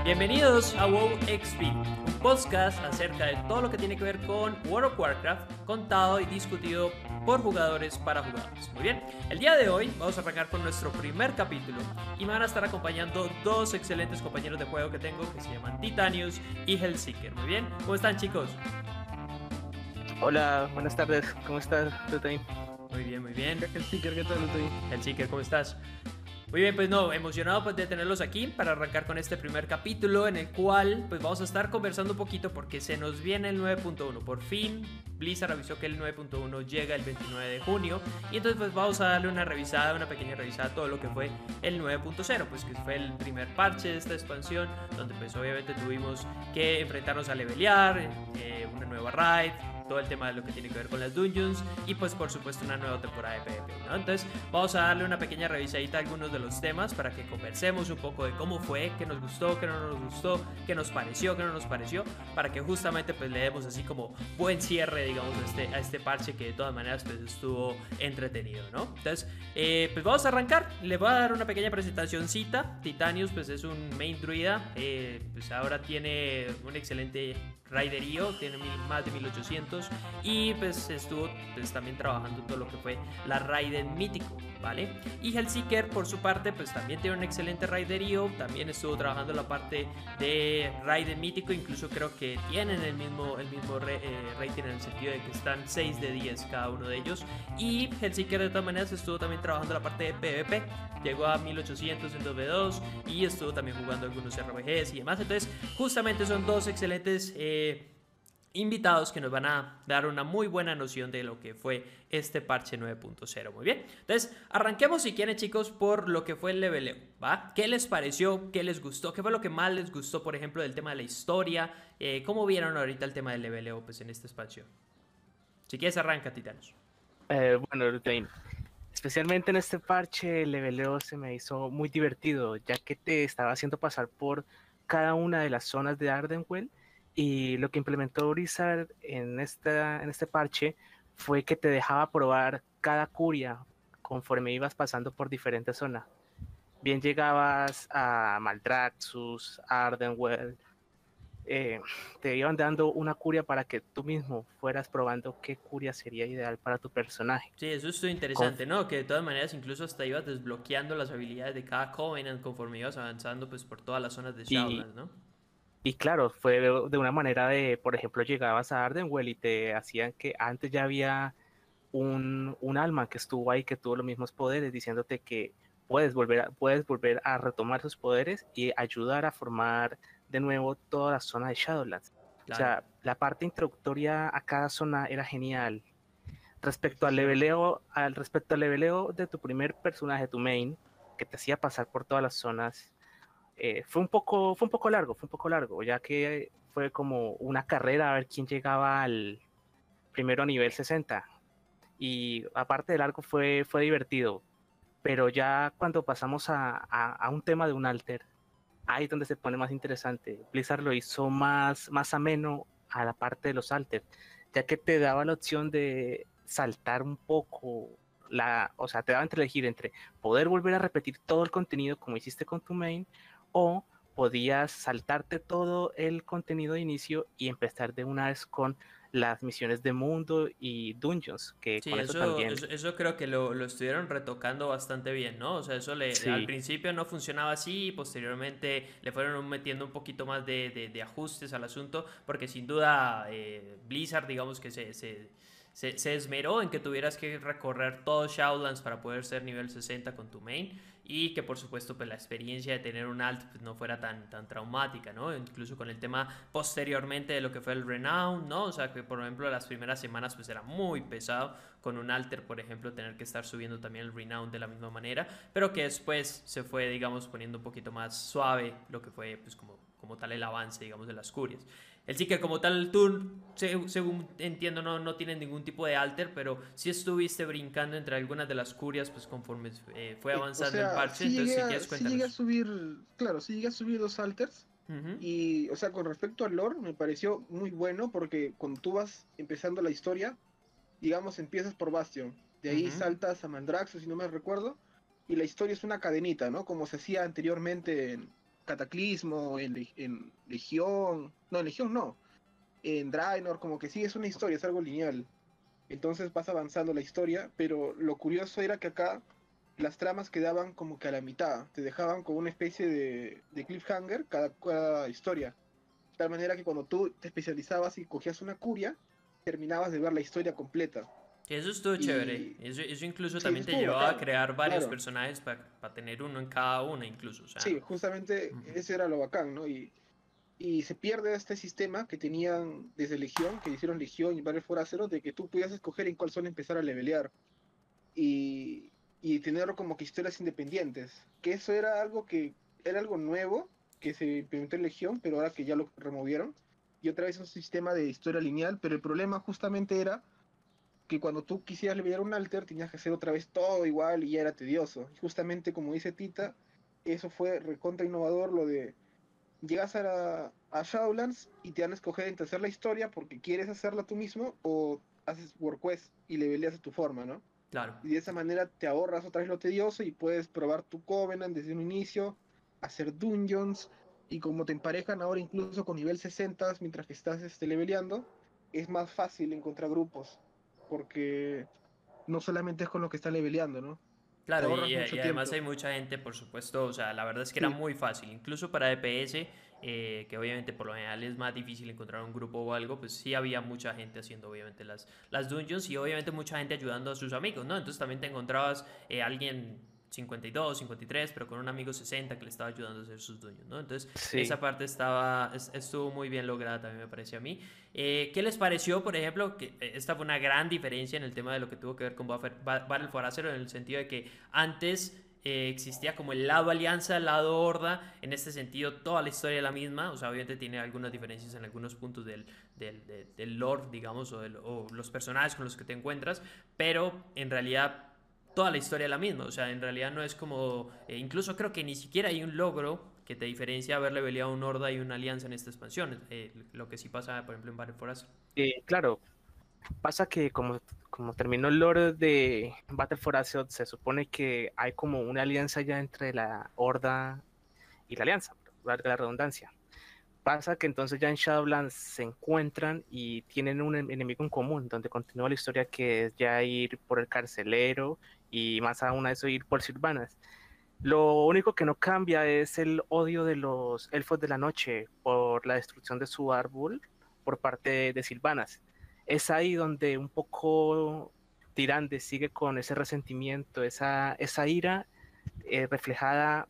Bienvenidos a WoW XP, un podcast acerca de todo lo que tiene que ver con World of Warcraft, contado y discutido por jugadores para jugadores. Muy bien, el día de hoy vamos a arrancar con nuestro primer capítulo y me van a estar acompañando dos excelentes compañeros de juego que tengo que se llaman Titanius y Hellseeker. Muy bien, ¿cómo están, chicos? Hola, buenas tardes, ¿cómo estás, Tutain? Muy bien, muy bien. Hellseeker, ¿qué tal, Tutain? Hellseeker, ¿cómo estás? Muy bien, pues no, emocionado pues de tenerlos aquí para arrancar con este primer capítulo en el cual pues vamos a estar conversando un poquito porque se nos viene el 9.1. Por fin Blizzard avisó que el 9.1 llega el 29 de junio y entonces pues vamos a darle una revisada, una pequeña revisada a todo lo que fue el 9.0, pues que fue el primer parche de esta expansión donde pues obviamente tuvimos que enfrentarnos a levelear, una nueva raid, todo el tema de lo que tiene que ver con las dungeons y pues por supuesto una nueva temporada de PvP, ¿no? Entonces vamos a darle una pequeña revisadita a algunos de los temas para que conversemos un poco de cómo fue, qué nos gustó, qué no nos gustó, qué nos pareció, qué no nos pareció, para que justamente pues le demos así como buen cierre, digamos, a este parche que de todas maneras pues estuvo entretenido, ¿no? Entonces pues vamos a arrancar, le voy a dar una pequeña presentacioncita. Titanius pues es un main druida, pues ahora tiene un excelente raiderío, tiene más de 1800 y pues estuvo pues también trabajando todo lo que fue la Raiden mítico, ¿vale? Y Hellseeker por su parte pues también tiene un excelente raiderío, también estuvo trabajando la parte de Raiden mítico, incluso creo que tienen el mismo rating en el sentido de que están 6 de 10 cada uno de ellos. Y Hellseeker de todas maneras estuvo también trabajando la parte de PvP, llegó a 1800 en 2v2 y estuvo también jugando algunos RPGs y demás. Entonces justamente son dos excelentes invitados que nos van a dar una muy buena noción de lo que fue este parche 9.0. Muy bien, entonces arranquemos si quieren, chicos, por lo que fue el leveleo, ¿va? ¿Qué les pareció? ¿Qué les gustó? ¿Qué fue lo que más les gustó, por ejemplo, del tema de la historia? ¿Cómo vieron ahorita el tema del leveleo pues, en esta expansión? Si quieres arranca, Titanos. Bueno, Tutain, especialmente en este parche, el leveleo se me hizo muy divertido, ya que te estaba haciendo pasar por cada una de las zonas de Ardenweald. Y lo que implementó Blizzard en este parche fue que te dejaba probar cada curia conforme ibas pasando por diferentes zonas. Bien llegabas a Maldraxxus, Ardenweald, eh, te iban dando una curia para que tú mismo fueras probando qué curia sería ideal para tu personaje. Sí, eso estuvo Con- interesante, ¿no? Que de todas maneras incluso hasta ibas desbloqueando las habilidades de cada Covenant conforme ibas avanzando pues por todas las zonas de y, Shadowlands, ¿no? y claro, fue de una manera de, por ejemplo, llegabas a Ardenweald y te hacían que antes ya había un alma que estuvo ahí, que tuvo los mismos poderes, diciéndote que puedes volver a retomar sus poderes y ayudar a formar de nuevo toda la zona de Shadowlands. O Claro. sea, la parte introductoria a cada zona era genial. Eso es cierto. Respecto al leveleo de tu primer personaje, tu main, que te hacía pasar por todas las zonas, fue un poco largo, ya que fue como una carrera a ver quién llegaba al primero a nivel 60. Y aparte de largo fue divertido, pero ya cuando pasamos a un tema de un alter, ahí es donde se pone más interesante. Blizzard lo hizo más ameno a la parte de los alters, ya que te daba la opción de saltar un poco, o sea, te daba entre elegir entre poder volver a repetir todo el contenido como hiciste con tu main, o podías saltarte todo el contenido de inicio y empezar de una vez con las misiones de mundo y dungeons, que Sí, con eso también, eso creo que lo estuvieron retocando bastante bien, ¿no? O sea, eso al sí, principio no funcionaba así y posteriormente le fueron metiendo un poquito más de ajustes al asunto, porque sin duda Blizzard, digamos que se esmeró en que tuvieras que recorrer todo Shadowlands para poder ser nivel 60 con tu main y que por supuesto pues la experiencia de tener un alt pues, no fuera tan traumática, ¿no? Incluso con el tema posteriormente de lo que fue el Renown, ¿no? O sea que por ejemplo las primeras semanas pues era muy pesado con un alter, por ejemplo, tener que estar subiendo también el Renown de la misma manera, pero que después se fue, digamos, poniendo un poquito más suave lo que fue pues como tal el avance, digamos, de las curias. El sí que como tal tú, según entiendo, no tiene ningún tipo de alter, pero sí estuviste brincando entre algunas de las curias, pues conforme fue O avanzando el sea, parche. Entonces, si quieres, sí llegué a cuéntanos. subir, claro, sí llegué a subir dos alters. Ujú. Y, o sea, con respecto al lore, me pareció muy bueno porque cuando tú vas empezando la historia, digamos, empiezas por Bastion, de ahí Ujú. saltas a Mandraxo, si no me recuerdo, y la historia es una cadenita, ¿no? Como se hacía anteriormente en Cataclismo, en Legión, no, en Legión no, en Draenor, como que sí es una historia, es algo lineal. Entonces vas avanzando la historia, pero lo curioso era que acá las tramas quedaban como que a la mitad, te dejaban con una especie de cliffhanger cada historia. De tal manera que cuando tú te especializabas y cogías una curia, terminabas de ver la historia completa. Que eso estuvo chévere. Y Eso incluso sí, eso también te estuvo llevaba a bacán, crear varios claro. personajes para tener uno en cada una, incluso. O sea, Sí, justamente ujú. ese era lo bacán, ¿no? Y se pierde este sistema que tenían desde Legión, que hicieron Legión y Battle for Azeroth, de que tú podías escoger en cuál zona empezar a levelear y, y tenerlo como que historias independientes. Que eso era algo que era algo nuevo que se implementó en Legión, pero ahora que ya lo removieron. Y otra vez un sistema de historia lineal, pero el problema justamente era que cuando tú quisieras levelear un alter tenías que hacer otra vez todo igual y ya era tedioso. Y justamente como dice Tita, eso fue recontra innovador lo de llegas a Shadowlands y te van a escoger entre hacer la historia porque quieres hacerla tú mismo o haces WordQuest y leveleas a tu forma, ¿no? Claro. Y de esa manera te ahorras otra vez lo tedioso y puedes probar tu Covenant desde un inicio, hacer dungeons y como te emparejan ahora incluso con nivel 60 mientras que estás leveleando, es más fácil encontrar grupos porque no solamente es con lo que estás leveleando, ¿no? Te Claro, ahorras y mucho además tiempo. hay mucha gente, por supuesto, o sea, la verdad es que era Sí, muy fácil, incluso para DPS, que obviamente por lo general es más difícil encontrar un grupo o algo, pues sí había mucha gente haciendo obviamente las dungeons y obviamente mucha gente ayudando a sus amigos, ¿no? Entonces también te encontrabas alguien 52, 53, pero con un amigo 60 que le estaba ayudando a hacer sus dungeons, ¿no? Entonces esa Sí. parte estuvo muy bien lograda también me parece a mí. ¿Qué les pareció, por ejemplo, que esta fue una gran diferencia en el tema de lo que tuvo que ver con Battle for Azeroth en el sentido de que antes existía como el lado alianza, el lado horda, en este sentido toda la historia es la misma, o sea, obviamente tiene algunas diferencias en algunos puntos del lore, digamos, o los personajes con los que te encuentras, pero en realidad toda la historia es la misma, o sea, en realidad no es como, incluso creo que ni siquiera hay un logro que te diferencia haberle peleado un horda y una alianza en esta expansión, lo que sí pasa, por ejemplo, en Battle for Azeroth. Claro, pasa que como terminó el lore de Battle for Azeroth, se supone que hay como una alianza ya entre la Horda y la Alianza, valga la redundancia. Pasa que entonces ya en Shadowlands se encuentran y tienen un enemigo en común, donde continúa la historia que es ya ir por el carcelero y más aún a eso ir por Sylvanas. Lo único que no cambia es el odio de los elfos de la noche por la destrucción de su árbol por parte de Sylvanas. Es ahí donde un poco Tyrande sigue con ese resentimiento, esa ira reflejada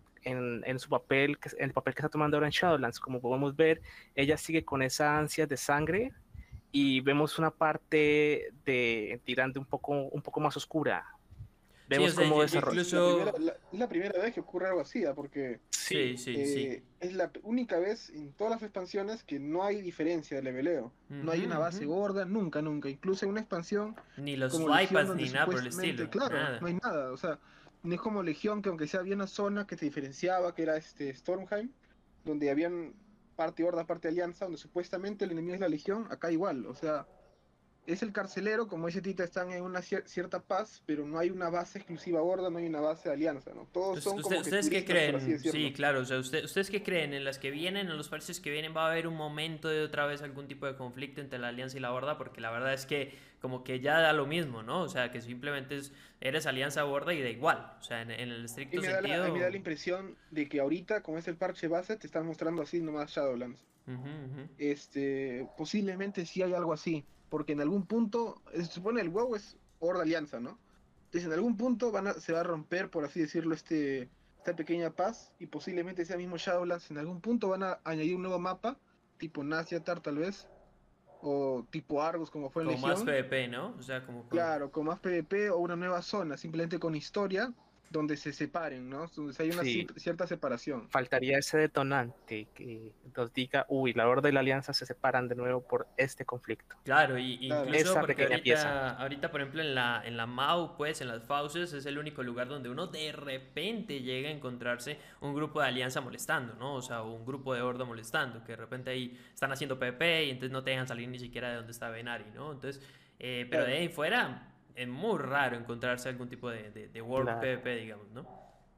en su papel, en el papel que está tomando ahora en Shadowlands. Como podemos ver, ella sigue con esa ansia de sangre y vemos una parte de Tyrande un poco más oscura. Sí, o Vemos sea, cómo y desarrolla. es incluso... es la primera vez que ocurre algo así, porque Sí, Sí, sí, sí. es la única vez en todas las expansiones que no hay diferencia de leveleo. No Ujú, hay una ujú. base gorda, nunca, nunca. Incluso en una expansión Ni los como Legión, flypads donde ni nada por el supuestamente, estilo, claro, no nada. hay nada. O sea, no es como Legión, que aunque sea había una zona que se diferenciaba, que era Stormheim, donde habían parte horda, parte alianza, donde supuestamente el enemigo es la Legión, acá igual. O sea, es el carcelero, como dice Tita, están en una cierta paz, pero no hay una base exclusiva gorda, no hay una base de alianza, ¿no? Todos son como que ¿Ustedes qué turistas, por así creen? Sí, decirlo. claro, o sea, ¿ustedes qué creen? ¿En las que vienen, en los parches que vienen, va a haber un momento de otra vez algún tipo de conflicto entre la Alianza y la Horda? Porque la verdad es que como que ya da lo mismo, ¿no? O sea, que simplemente eres Alianza Horda y da igual. O sea, en el estricto A mí me da sentido... la impresión de que ahorita, con ese parche base, te están mostrando así nomás Shadowlands. Ujú, ujú. Posiblemente sí hay algo así, porque en algún punto, se supone el WoW es Horda Alianza, ¿no? Entonces en algún punto se va a romper, por así decirlo, esta pequeña paz, y posiblemente sea mismo Shadowlands, en algún punto van a añadir un nuevo mapa, tipo Nazjatar tal vez, o tipo Argos como fue en Como más Legión, PvP, ¿no? O sea, como con... claro, con más PvP o una nueva zona, simplemente con historia, donde se separen, ¿no? Donde hay una sí, cierta separación. faltaría ese detonante que nos diga, uy, la Horda y la Alianza se separan de nuevo por este conflicto. Claro, y Claro. incluso Esa porque pequeña pieza. ahorita por ejemplo en la MAU, pues en las fauces es el único lugar donde uno de repente llega a encontrarse un grupo de alianza molestando, ¿no? O sea, un grupo de horda molestando, que de repente ahí están haciendo PP y entonces no te dejan salir ni siquiera de donde está Venari, ¿no? Entonces, pero de Claro. ahí fuera es muy raro encontrarse algún tipo de world Claro. PvP, digamos, ¿no?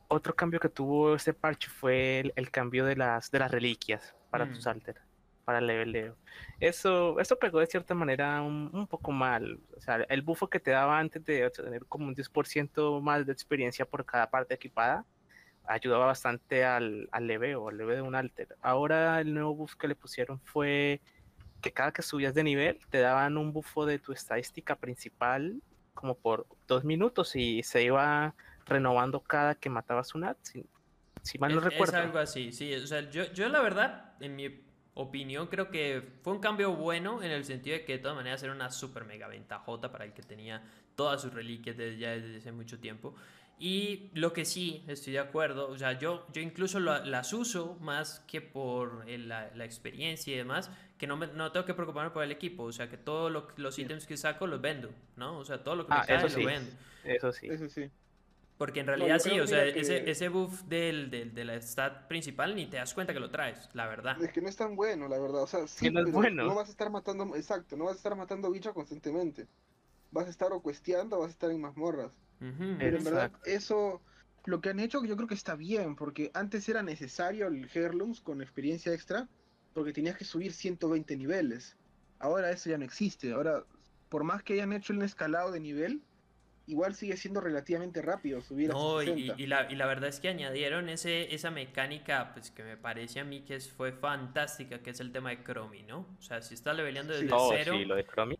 Otro cambio que tuvo este parche fue el cambio de las reliquias para tus alter, para el leveleo. Eso pegó de cierta manera un poco mal. O sea, el buffo que te daba antes de tener como un 10% más de experiencia por cada parte equipada, ayudaba bastante al leveo de un alter. Ahora el nuevo buff que le pusieron fue que cada que subías de nivel te daban un buffo de tu estadística principal como por 2 minutos y se iba renovando cada que matabas un ad, si mal no Es recuerdo. algo así, sí. O sea, yo la verdad, en mi opinión, creo que fue un cambio bueno en el sentido de que de todas maneras era una super mega ventajota para el que tenía todas sus reliquias ya desde hace mucho tiempo. Y lo que sí, estoy de acuerdo, o sea, yo incluso las uso más que por la experiencia y demás, que no tengo que preocuparme por el equipo, o sea, que todos los Sí. ítems que saco los vendo, ¿no? O sea, todo lo que me Eso cae sí, lo vendo. eso sí. Eso sí. Porque en No, realidad yo sí, creo, o sea, mira, que ese buff de la stat principal ni te das cuenta que lo traes, la verdad. es que no es tan bueno, la verdad. O sea, Que sí, no es pero no bueno. vas a estar matando, exacto, no vas a estar matando bichos constantemente. Vas a estar o cuesteando, vas a estar en mazmorras. Ujú. Pero en verdad, Exacto. eso, lo que han hecho, yo creo que está bien, porque antes era necesario el Heirlooms con experiencia extra, porque tenías que subir 120 niveles. Ahora eso ya no existe. Ahora, por más que hayan hecho un escalado de nivel, igual sigue siendo relativamente rápido subir hasta No, 60. y la verdad es que añadieron esa mecánica, pues que me parece a mí que fue fantástica, que es el tema de Chromie, ¿no? O sea, si estás leveleando Sí, desde Oh, cero, sí, lo de Chromie.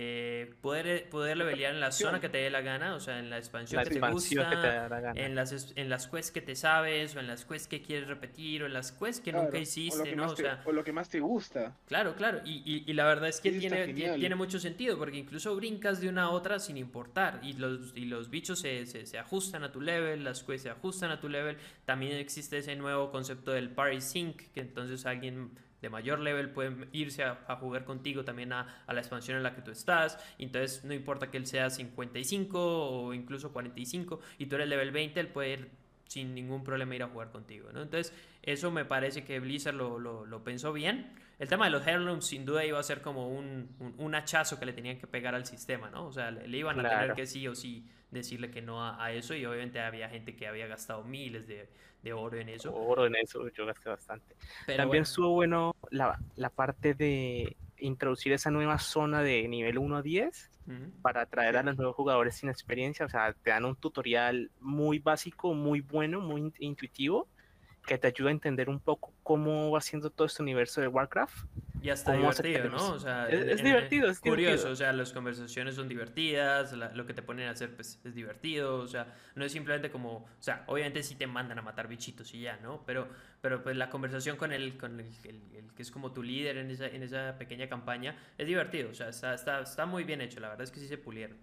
poder levelear en la zona que expansión. te dé la gana, o sea, en la expansión La que te Sí, expansión que te gusta, da la gana. en las quests que te sabes, o en las quests que quieres repetir, o en las quests que nunca claro. O lo hiciste, que ¿no? más O sea, o lo que más te gusta. claro, claro, y la verdad es que Eso está tiene genial. mucho sentido, porque incluso brincas de una a otra sin importar, y los bichos se ajustan a tu level, las quests se ajustan a tu level, también existe ese nuevo concepto del party sync, que entonces alguien de mayor level puede irse a jugar contigo también a la expansión en la que tú estás, y entonces no importa que él sea 55 o incluso 45, y tú eres level 20, él puede ir sin ningún problema ir a jugar contigo, ¿no? Entonces eso me parece que Blizzard lo pensó bien. El tema de los Heirlooms sin duda iba a ser como un hachazo que le tenían que pegar al sistema, ¿no? O sea, le iban a tener Claro. que sí o sí decirle que no a eso y obviamente había gente que había gastado miles de oro en eso. Oro en eso, yo gasté bastante. Pero También bueno. estuvo bueno la parte de introducir esa nueva zona de nivel 1 a 10 Ujú. para atraer a Sí. los nuevos jugadores sin experiencia. O sea, te dan un tutorial muy básico, muy bueno, muy intuitivo, que te ayuda a entender un poco cómo va siendo todo este universo de Warcraft, Y hasta cómo hacer divertido, ¿no? misiones. O sea, Es divertido, es curioso, divertido. o sea, las conversaciones son divertidas, lo que te ponen a hacer pues es divertido, o sea, no es simplemente como, o sea, obviamente sí te mandan a matar bichitos y ya, ¿no? Pero pues la conversación con el que es como tu líder en esa pequeña campaña es divertido, o sea, está muy bien hecho, la verdad es que sí se pulieron.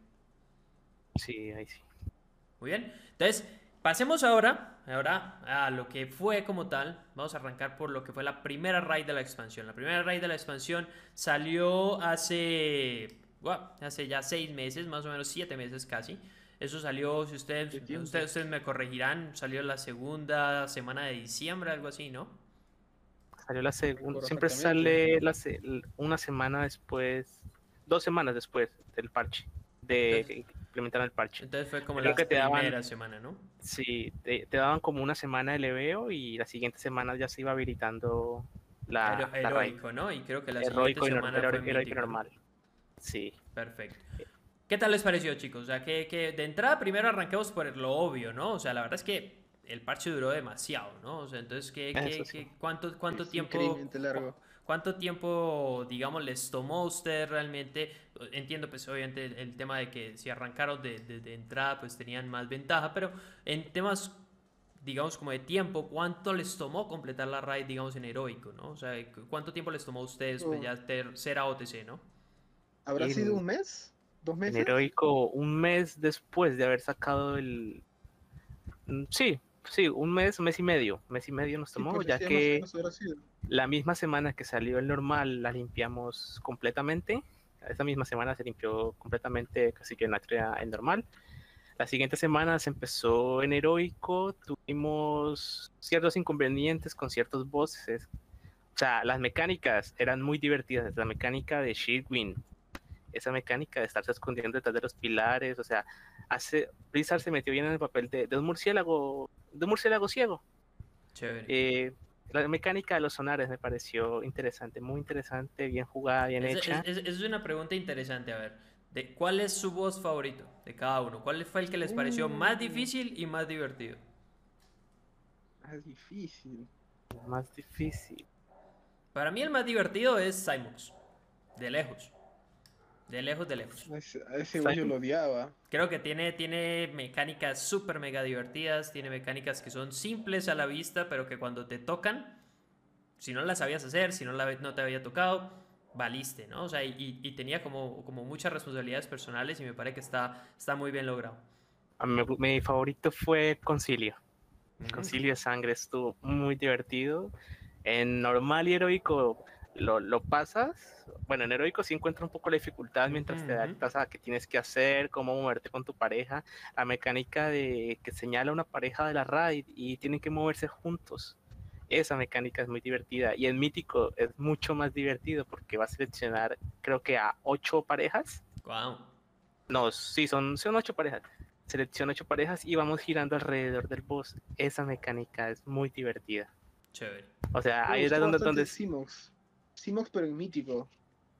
Sí, ahí sí. Muy bien. Entonces, pasemos ahora a lo que fue como tal. Vamos a arrancar por lo que fue la primera raid de la expansión. La primera raid de la expansión salió hace ya 6 meses, más o menos 7 meses casi. Eso salió, si ¿Qué tiempo? ustedes me corregirán, salió la segunda semana de diciembre, algo así, ¿no? Salió la No segunda, recuerdo siempre exactamente. sale una semana después, 2 semanas después del parche, de Entonces, que implementaron el parche. entonces fue como Creo la que te daban, primera semana, ¿no? sí, te daban como una semana de leveo y la siguiente semana ya se iba habilitando la raid. Heroico, ¿no? Y creo que la siguiente Heroico y, semana fue heroico y mítico, ¿no? normal. Sí. Perfecto. ¿Qué tal les pareció, chicos? O sea, que de entrada primero arranquemos por lo obvio, ¿no? O sea, la verdad es que el parche duró demasiado, ¿no? O sea, entonces, Eso sí. cuánto Es tiempo, increíblemente largo. cuánto tiempo, digamos, les tomó a usted realmente? Entiendo, pues, obviamente, el tema de que si arrancaron de entrada, pues tenían más ventaja, pero en temas, digamos, como de tiempo, ¿cuánto les tomó completar la raid, digamos, en heroico, ¿no? O sea, ¿cuánto tiempo les tomó a ustedes, pues, Oh, ya ser AOTC, ¿no? ¿habrá sido En, un mes? ¿Dos en meses? heroico, un mes después de haber sacado sí, sí, un mes y medio nos Sí, tomó, pues ya decía más o que menos habrá sido. la misma semana que salió el normal la limpiamos completamente. Esa misma semana se limpió completamente casi que en normal. La siguiente semana se empezó en heroico, tuvimos ciertos inconvenientes con ciertos bosses. O sea, las mecánicas eran muy divertidas. La mecánica de Shieldwing, esa mecánica de estarse escondiendo detrás de los pilares, o sea, Blizzard se metió bien en el papel de un murciélago de un murciélago ciego. Chévere. La mecánica de los sonares me pareció interesante, muy interesante, bien jugada, bien hecha. Es una pregunta interesante, a ver. ¿Cuál es su boss favorito de cada uno? ¿Cuál fue el que les pareció más Uh, difícil y más divertido? es difícil. Más difícil. Para mí el más divertido es Cymox. De lejos. De lejos, de lejos. A ese boss yo Simon, lo odiaba. Creo que tiene mecánicas súper mega divertidas. Tiene mecánicas que son simples a la vista, pero que cuando te tocan, si no las sabías hacer, si no te había tocado, valiste, ¿no? O sea, y tenía como muchas responsabilidades personales y me parece que está muy bien logrado. mi favorito fue Concilio. Ujú. Concilio de Sangre estuvo muy divertido. En normal y heroico lo pasas. Bueno, en heroico sí encuentras un poco la dificultad Ujú, mientras te ujú. adaptas a qué tienes que hacer, cómo moverte con tu pareja. La mecánica de que señala una pareja de la raid y tienen que moverse juntos. Esa mecánica es muy divertida. Y en Mítico es mucho más divertido porque va a seleccionar, creo que a 8 parejas. Guau, No, sí, son 8 parejas. Selecciona 8 parejas y vamos girando alrededor del boss. Esa mecánica es muy divertida. chévere. O sea, Me ahí era gustó bastante donde Simox. Simox, pero en mítico.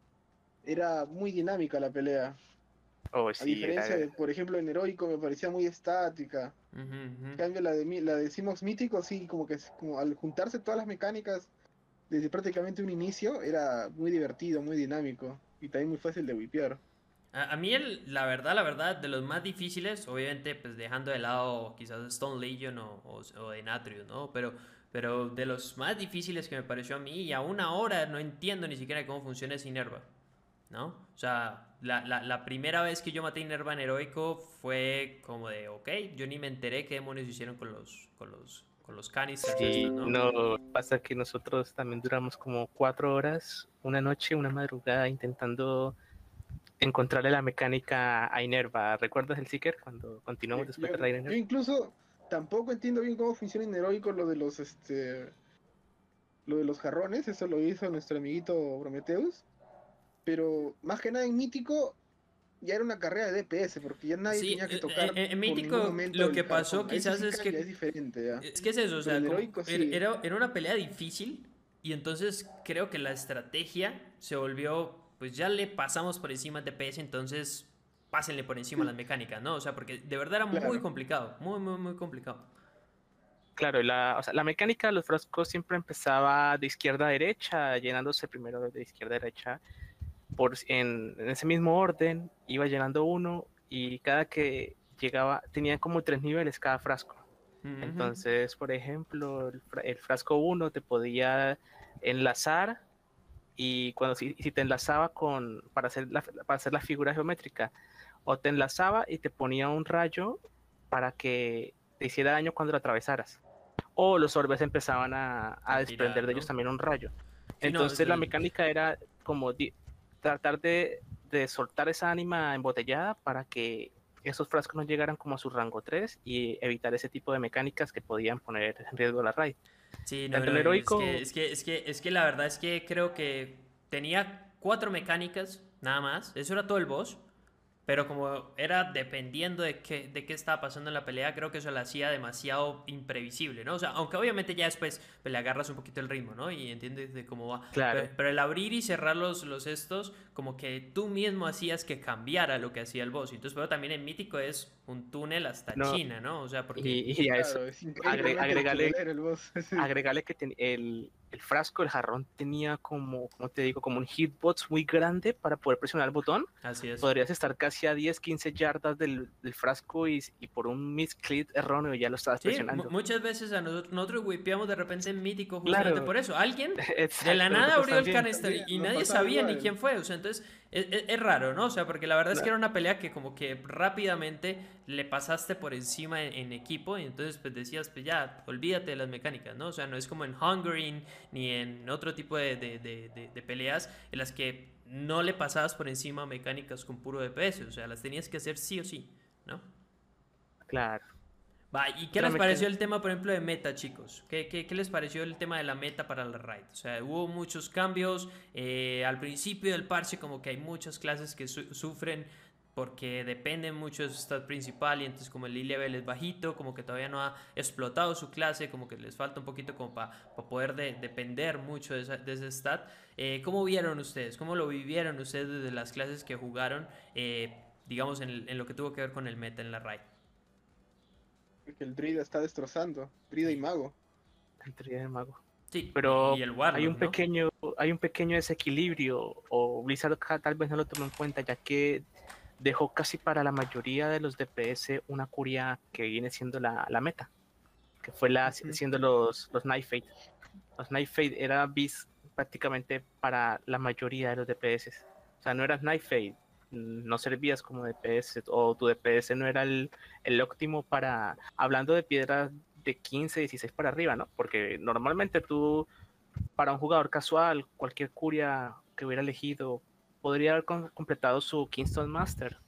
Era muy dinámica la pelea. oh, A sí, diferencia era, de, por ejemplo, en heroico me parecía muy estática. Ujú, ujú. En cambio, la de Simox mítico, sí, como que como al juntarse todas las mecánicas desde prácticamente un inicio, era muy divertido, muy dinámico. Y también muy fácil de wipear. A mí la verdad, de los más difíciles, obviamente, pues dejando de lado quizás Stone Legion o Denatrius, ¿no? Pero de los más difíciles que me pareció a mí, y aún ahora no entiendo ni siquiera cómo funciona Sinerva, ¿no? O sea, la primera vez que yo maté a Inerva en heroico fue como de, ok, yo ni me enteré qué demonios hicieron con los canisters estos, sí, ¿no? no, pasa que nosotros también duramos como 4 horas, una noche, una madrugada, intentando encontrarle la mecánica a Inerva. ¿Recuerdas el Seeker cuando continuamos Sí, después Yo, de Raid yo Inerva? incluso tampoco entiendo bien cómo funciona en heroico lo de los jarrones, eso lo hizo nuestro amiguito Prometheus, pero más que nada en mítico ya era una carrera de DPS, porque ya nadie Sí, tenía que tocar en por ningún Mítico momento lo el que pasó jarrón. Ahí sí quizás sí ya es diferente ya. es que es eso, o Pero sea, en como heroico sí. era una pelea difícil y entonces creo que la estrategia se volvió, pues ya le pasamos por encima al DPS, entonces pásenle por encima las mecánicas, ¿no? O sea, porque de verdad era muy Claro. complicado, muy, muy, muy complicado. Claro, o sea, la mecánica de los frascos siempre empezaba de izquierda a derecha, llenándose primero de izquierda a derecha, en ese mismo orden, iba llenando uno y cada que llegaba, tenía como 3 niveles cada frasco. Ujú. Entonces, por ejemplo, el frasco uno te podía enlazar y si te enlazaba para hacer la figura geométrica, o te enlazaba y te ponía un rayo para que te hiciera daño cuando lo atravesaras o los orbes empezaban a A desprender girar, de ellos ¿no? también un rayo. Sí, no, Entonces la mecánica era como tratar de soltar esa ánima embotellada para que esos frascos no llegaran como a su rango 3 y evitar ese tipo de mecánicas que podían poner en riesgo la raid. sí, no, Tanto en no, heroico, es que la verdad es que creo que tenía 4 mecánicas, nada más, eso era todo el boss. Pero como era dependiendo de qué estaba pasando en la pelea, creo que eso la hacía demasiado imprevisible, ¿no? O sea, aunque obviamente ya después pues, le agarras un poquito el ritmo, ¿no? Y entiendes de cómo va. Pero, claro, pero el abrir y cerrar los estos, como que tú mismo hacías que cambiara lo que hacía el boss. Entonces, pero también en Mítico es un túnel hasta no, China, ¿no? O sea, porque... y a eso Claro, es increíblemente agregarle cholero el boss. agregarle que el frasco, el jarrón tenía como te digo, como un hitbox muy grande para poder presionar el botón. Así es. Podrías estar casi a 10, 15 yardas del frasco y por un misclick erróneo ya lo estabas Sí, presionando. muchas veces a nosotros wipeamos de repente en Mítico justamente Claro, por eso. Alguien de la exacto, nada nosotros abrió el también. canister También y nos nadie pasaba sabía ni igual. quién fue. O sea, entonces es raro, ¿no? O sea, porque la verdad es No, que era una pelea que como que rápidamente le pasaste por encima en equipo y entonces pues decías, pues ya, olvídate de las mecánicas, ¿no? O sea, no es como en Hungering ni en otro tipo de peleas en las que no le pasabas por encima mecánicas con puro DPS. O sea, las tenías que hacer sí o sí, ¿no? claro. Va, ¿y qué Otra les pareció mecánica. el tema, por ejemplo, de meta, chicos? ¿Qué les pareció el tema de la meta para la raid? O sea, hubo muchos cambios. Al principio del parche, como que hay muchas clases que sufren porque depende mucho de su stat principal y entonces como el E-level es bajito, como que todavía no ha explotado su clase, como que les falta un poquito como para poder depender mucho de ese stat. ¿Cómo vieron ustedes? ¿Cómo lo vivieron ustedes desde las clases que jugaron, digamos, en lo que tuvo que ver con el meta en la raid? Porque el Druida está destrozando. Druida y Sí, Mago. Entre el mago. sí, y Pero el hay Warlock, un ¿no? pequeño, hay un pequeño desequilibrio, o Blizzard tal vez no lo tomó en cuenta, ya que dejó casi para la mayoría de los DPS una curia que viene siendo la meta, que fue Ujú. siendo los Knife Fate. Los Knife Fate era bis prácticamente para la mayoría de los DPS. O sea, no eras Knife Fate, no servías como DPS, o tu DPS no era el óptimo para, hablando de piedras de 15, 16 para arriba, ¿no? Porque normalmente tú, para un jugador casual, cualquier curia que hubiera elegido podría haber completado su Kingston Master,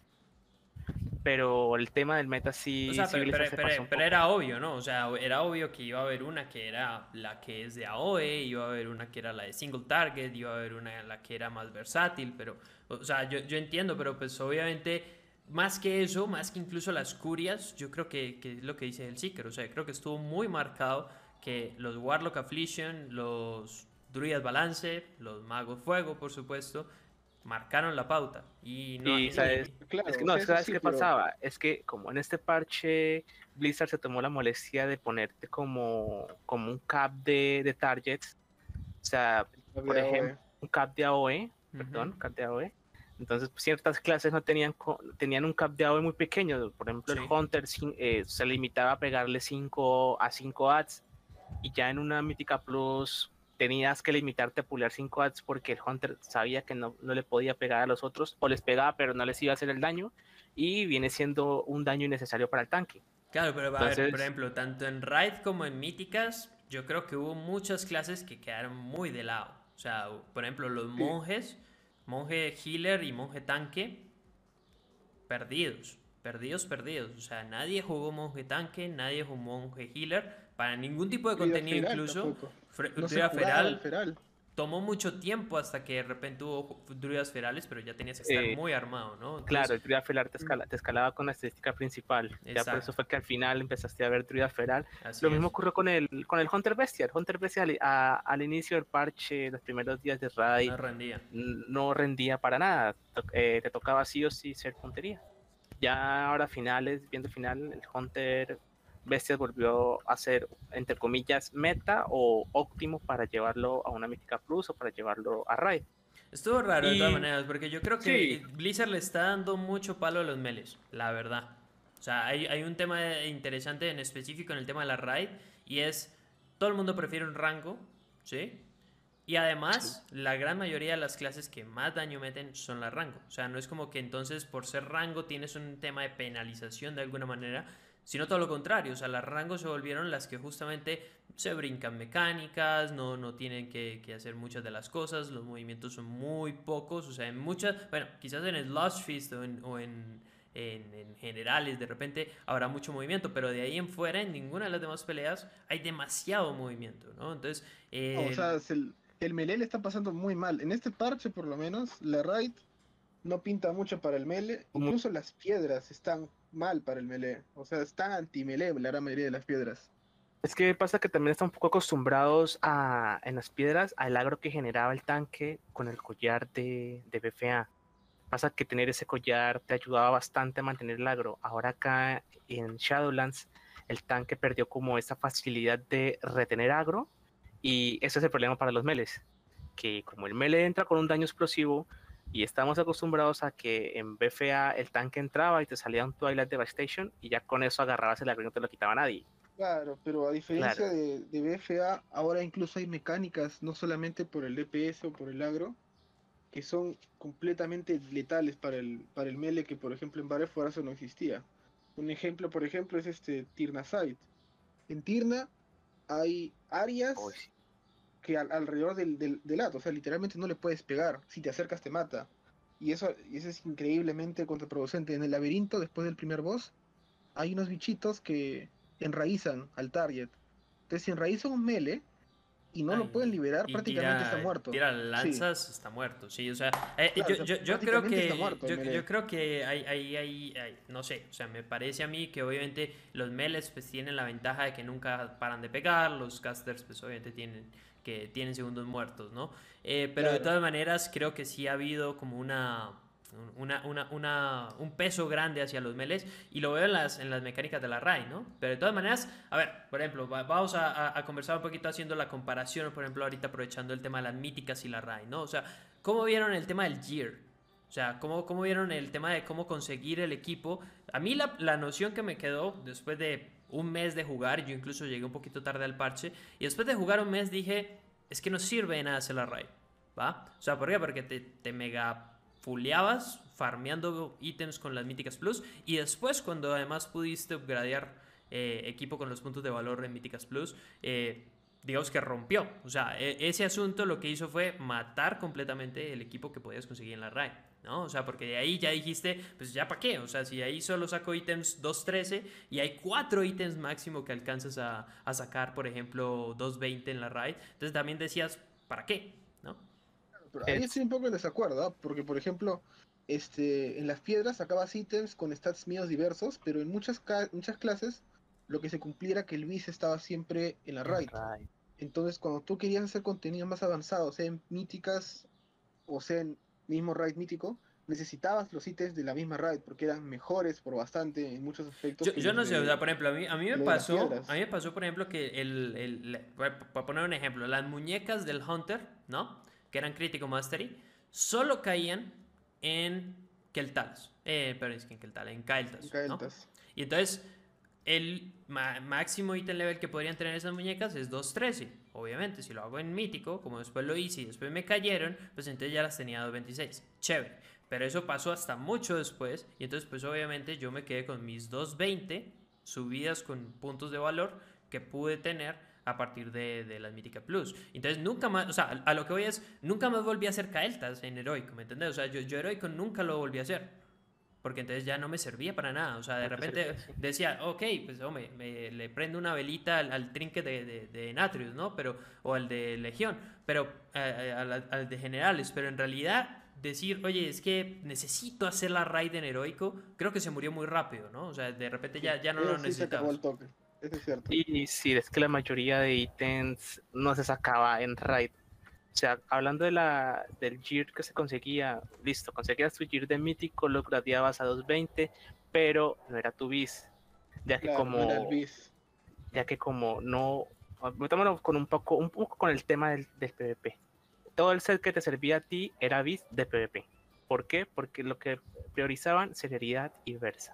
pero el tema del meta O sí, sea, sí Blizzard se pasó un pero poco. era obvio, ¿no? O sea, era obvio que iba a haber una que era la que es de AOE, iba a haber una que era la de single target, iba a haber una la que era más versátil, pero, o sea, yo entiendo, pero pues obviamente, más que eso, más que incluso las curias, yo creo que es lo que dice el Seeker, o sea, creo que estuvo muy marcado que los Warlock Affliction, los Druidas Balance, los Magos Fuego, por supuesto, marcaron la pauta. Y no, Y sabes, es Claro, que o no, sea, eso ¿sabes sí, qué pero pasaba? Es que como en este parche Blizzard se tomó la molestia de ponerte como un cap de targets, o sea, por de ejemplo, AOE. un cap de AOE, ujú, perdón, cap de AOE. Entonces, ciertas clases no tenían, tenían un cap de AOE muy pequeño. Por ejemplo, el sí. Hunter se limitaba a pegarle 5 a 5 ads, y ya en una Mítica Plus tenías que limitarte a pulear 5 ads porque el Hunter sabía que no le podía pegar a los otros, o les pegaba pero no les iba a hacer el daño, y viene siendo un daño innecesario para el tanque. Claro, pero a ver, por Entonces, ejemplo, tanto en Raid como en Míticas, yo creo que hubo muchas clases que quedaron muy de lado. O sea, por ejemplo, los Sí, monjes, monje healer y monje tanque, perdidos, perdidos, perdidos. O sea, nadie jugó monje tanque, nadie jugó monje healer, para ningún tipo de Druida contenido Feral incluso. tampoco. No se Druida jugaba el Feral Feral. tomó mucho tiempo hasta que de repente hubo druidas ferales, pero ya tenías que estar eh, muy armado, ¿no? claro, Entonces, el Druida Feral Mm. te escalaba con la estadística principal. Ya por eso exacto, fue que al final empezaste a ver Druida Feral. así Lo mismo es. ocurrió con el Hunter Bestia. El Hunter Bestia al inicio del parche, los primeros días de raid, No rendía. no rendía para nada. Te tocaba sí o sí ser puntería. Ya ahora finales, viendo final, el Hunter Bestias volvió a ser, entre comillas, meta o óptimo para llevarlo a una Mítica Plus o para llevarlo a Raid. Estuvo raro de todas Y maneras, porque yo creo sí, que Blizzard le está dando mucho palo a los meles, la verdad. O sea, hay un tema interesante en específico en el tema de la raid, y es, todo el mundo prefiere un rango, ¿sí? Y sí, además, la gran mayoría de las clases que más daño meten son las rango. O sea, no es como que entonces por ser rango tienes un tema de penalización de alguna manera, sino todo lo contrario. O sea, las rangos se volvieron las que justamente se brincan mecánicas, no tienen que hacer muchas de las cosas, los movimientos son muy pocos. O sea, en muchas, bueno, quizás en Slush Fist en generales de repente habrá mucho movimiento, pero de ahí en fuera en ninguna de las demás peleas hay demasiado movimiento, ¿no? Entonces, No, o sea, el melee le está pasando muy mal. En este parche, por lo menos, la raid no pinta mucho para el melee. como- Incluso las piedras están mal para el melee. O sea, están anti-melee la gran mayoría de las piedras. es que pasa que también están un poco acostumbrados en las piedras al agro que generaba el tanque con el collar de BFA. Pasa que tener ese collar te ayudaba bastante a mantener el agro. Ahora acá en Shadowlands el tanque perdió como esa facilidad de retener agro, y ese es el problema para los melees, que como el melee entra con un daño explosivo y estamos acostumbrados a que en BFA el tanque entraba y te salía un Twilight Devastation y ya con eso agarrabas el agro y no te lo quitaba nadie. Claro, pero a Claro, diferencia de BFA, ahora incluso hay mecánicas, no solamente por el DPS o por el agro, que son completamente letales para el melee que, por ejemplo, en Battle for Azeroth no existía. Un ejemplo, por ejemplo, es este Tirna Site. En Tirna hay uy, áreas que alrededor del ato, o sea, literalmente no le puedes pegar, si te acercas te mata. Y eso es increíblemente contraproducente. En el laberinto, después del primer boss, hay unos bichitos que enraizan al target. Entonces, si enraizan un melee, y no lo Ay, pueden liberar, y prácticamente está muerto. tira Sí, lanzas, está muerto, sí, o sea, claro, o sea, yo creo prácticamente está que, muerto el yo melee. creo que no sé, o sea, me parece a mí que obviamente los melees pues tienen la ventaja de que nunca paran de pegar, los casters pues obviamente tienen segundos muertos, ¿no? Pero de Claro. todas maneras creo que sí ha habido como un peso grande hacia los melees y lo veo en las mecánicas de la RAI, ¿no? Pero de todas maneras, a ver, por ejemplo, vamos a conversar un poquito haciendo la comparación, por ejemplo, ahorita aprovechando el tema de las míticas y la RAI, ¿no? O sea, ¿cómo vieron el tema del Gear? O sea, ¿cómo vieron el tema de cómo conseguir el equipo? A mí la noción que me quedó después de un mes de jugar, yo incluso llegué un poquito tarde al parche, y después de jugar un mes dije, es que no sirve de nada hacer la RAI, ¿va? O sea, ¿por qué? Porque te mega fuleabas farmeando ítems con las míticas plus y después cuando además pudiste upgradear equipo con los puntos de valor en míticas plus, digamos que rompió. O sea, ese asunto lo que hizo fue matar completamente el equipo que podías conseguir en la raid, ¿no? O sea, porque de ahí ya dijiste, pues ya para qué. O sea, si ahí solo saco ítems 2.13 y hay 4 ítems máximo que alcanzas a sacar, por ejemplo, 2.20 en la raid, entonces también decías, ¿para qué? ¿No? Pero ahí Es, estoy un poco en desacuerdo, ¿ah? Porque por ejemplo, en las piedras sacabas ítems con stats míos diversos, pero en muchas clases lo que se cumplía era que el bis estaba siempre en la en raid. Raid. Entonces, cuando tú querías hacer contenido más avanzado, sea en míticas o sea en mismo raid mítico, necesitabas los ítems de la misma raid porque eran mejores por bastante en muchos aspectos Yo no sé, o sea, por ejemplo, que los de las a mí piedras. me pasó, por ejemplo, que para poner un ejemplo, las muñecas del Hunter, ¿no? Que eran Critical Mastery, solo caían en Keltalas, pero es que en Keltalas, en Kael'thas, ¿no? Caeltas. Y entonces, el máximo ítem level que podrían tener esas muñecas es 2.13. Obviamente, si lo hago en mítico, como después lo hice y después me cayeron, pues entonces ya las tenía 2.26. Chévere. Pero eso pasó hasta mucho después. Y entonces, pues obviamente yo me quedé con mis 2.20 subidas con puntos de valor que pude tener a partir de las Mítica Plus. Entonces nunca más, o sea, a lo que voy es, nunca más volví a hacer Kael'thas en Heroico, ¿me entendés? O sea, yo Heroico nunca lo volví a hacer porque entonces ya no me servía para nada. O sea, de No te servía, repente sí. decía, ok, pues hombre, le prendo una velita al trinket de Natrius, ¿no? Pero, o al de Legión, pero al de generales, pero en realidad decir, oye, es que necesito hacer la raid en heroico, creo que se murió muy rápido, ¿no? O sea, de repente Sí, ya no lo eso sí se acabó el necesitabas. toque. Eso es cierto. Y sí, es que la mayoría de ítems no se sacaba en Raid. O sea, hablando del Gear que se conseguía, listo, conseguías tu Gear de mítico, lo gradeabas a 220, pero no era tu bis, ya que Claro, no era el como, bis. ya que como no, metámonos con un poco con el tema del PvP. Todo el set que te servía a ti era bis de PvP. ¿Por qué? Porque lo que priorizaban celeridad y versa.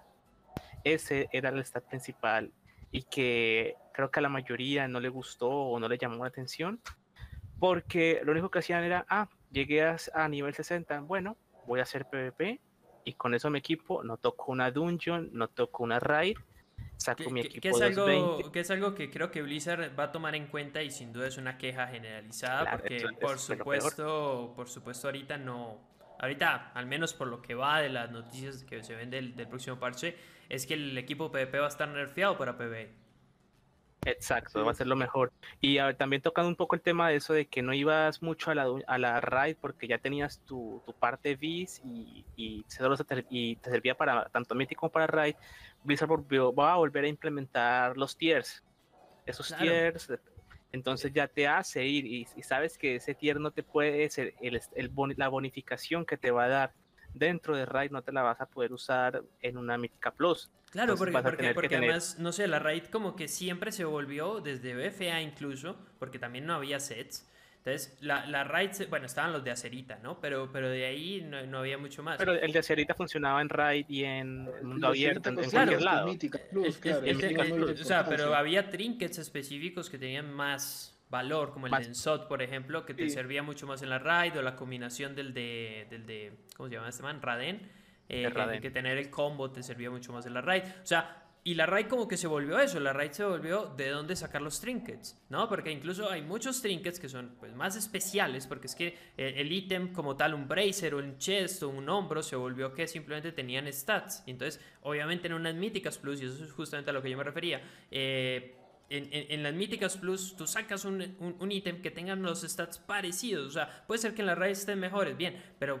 Ese era el stat principal y que creo que a la mayoría no le gustó o no le llamó la atención porque lo único que hacían era, llegué a nivel 60, bueno, voy a hacer PvP y con eso me equipo, no toco una dungeon, no toco una raid, saco mi Que equipo 220, es algo que creo que Blizzard va a tomar en cuenta y sin duda es una queja generalizada claro, porque eso es lo peor. por supuesto ahorita no, ahorita al menos por lo que va de las noticias que se ven del próximo parche, es que el equipo PvP va a estar nerfeado para PvE. Exacto, Así va a ser es. lo mejor. Y también tocando un poco el tema de eso de que no ibas mucho a la raid porque ya tenías tu parte bis y te servía para tanto mítico como para raid, Blizzard va a volver a implementar los tiers. Esos Claro. tiers, entonces ya te hace ir y sabes que ese tier no te puede ser la bonificación que te va a dar dentro de raid no te la vas a poder usar en una mítica plus. Claro, Entonces vas a tener que porque tener. además, no sé, la raid como que siempre se volvió, desde BFA incluso, porque también no había sets. Entonces, la raid, bueno, estaban los de Acerita, ¿no? Pero de ahí no había mucho más. Pero el de Acerita funcionaba en Raid y en El mundo de abierto, Cerita en cualquier conseguías tus lado. míticas plus, claro, En eso tenía Míticas mucha Plus. O sea, pero importancia. había trinkets específicos que tenían más valor, como el de Más, Ensot, por ejemplo, que te Sí, servía mucho más en la raid, o la combinación ¿cómo se llama este man? Raden, de Raiden. que tener el combo te servía mucho más en la raid. O sea, y la raid como que se volvió eso, la raid se volvió de dónde sacar los trinkets, ¿no? Porque incluso hay muchos trinkets que son pues, más especiales, porque es que el ítem como tal, un bracer o un chest o un hombro, se volvió que simplemente tenían stats. Y entonces, obviamente en unas míticas plus, y eso es justamente a lo que yo me refería, en las Míticas Plus tú sacas un ítem que tengan los stats parecidos. O sea, puede ser que en la raid estén mejores, bien, pero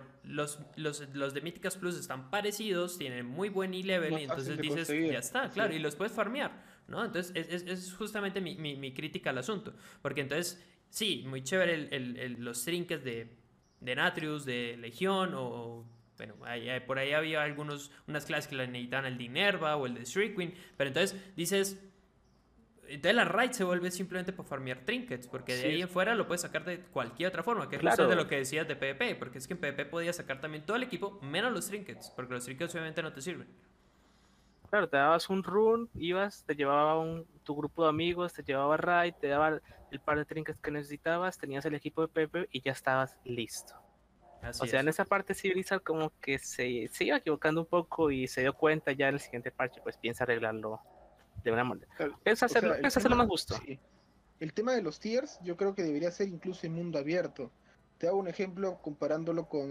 los de Míticas Plus están parecidos, tienen muy buen e-level Más y fácil entonces de dices, conseguir. ya está, Sí. claro, y los puedes farmear, ¿no? Entonces es justamente mi crítica al asunto. Porque entonces, sí, muy chévere los trinkets de Natrius, de Legión o... Bueno, por ahí había unas clases que la necesitaban el de Inerva o el de Street Queen, pero entonces dices, entonces la raid se vuelve simplemente por farmear trinkets, porque de Sí, ahí en fuera lo puedes sacar de cualquier otra forma, que es justo de Claro, lo que decías de PvP, porque es que en PvP podías sacar también todo el equipo, menos los trinkets, porque los trinkets obviamente no te sirven. claro, te dabas un run, ibas, te llevaba tu grupo de amigos, te llevaba raid, te daba el par de trinkets que necesitabas, tenías el equipo de Pepe y ya estabas listo. O Así sea, en es. esa parte sí Blizzard como que se iba equivocando un poco y se dio cuenta ya en el siguiente parche, pues piensa arreglarlo de una manera. claro. Piensa O sea, hacerlo, piensa hacerlo más justo. sí. El tema de los tiers, yo creo que debería ser incluso en mundo abierto. Te hago un ejemplo comparándolo con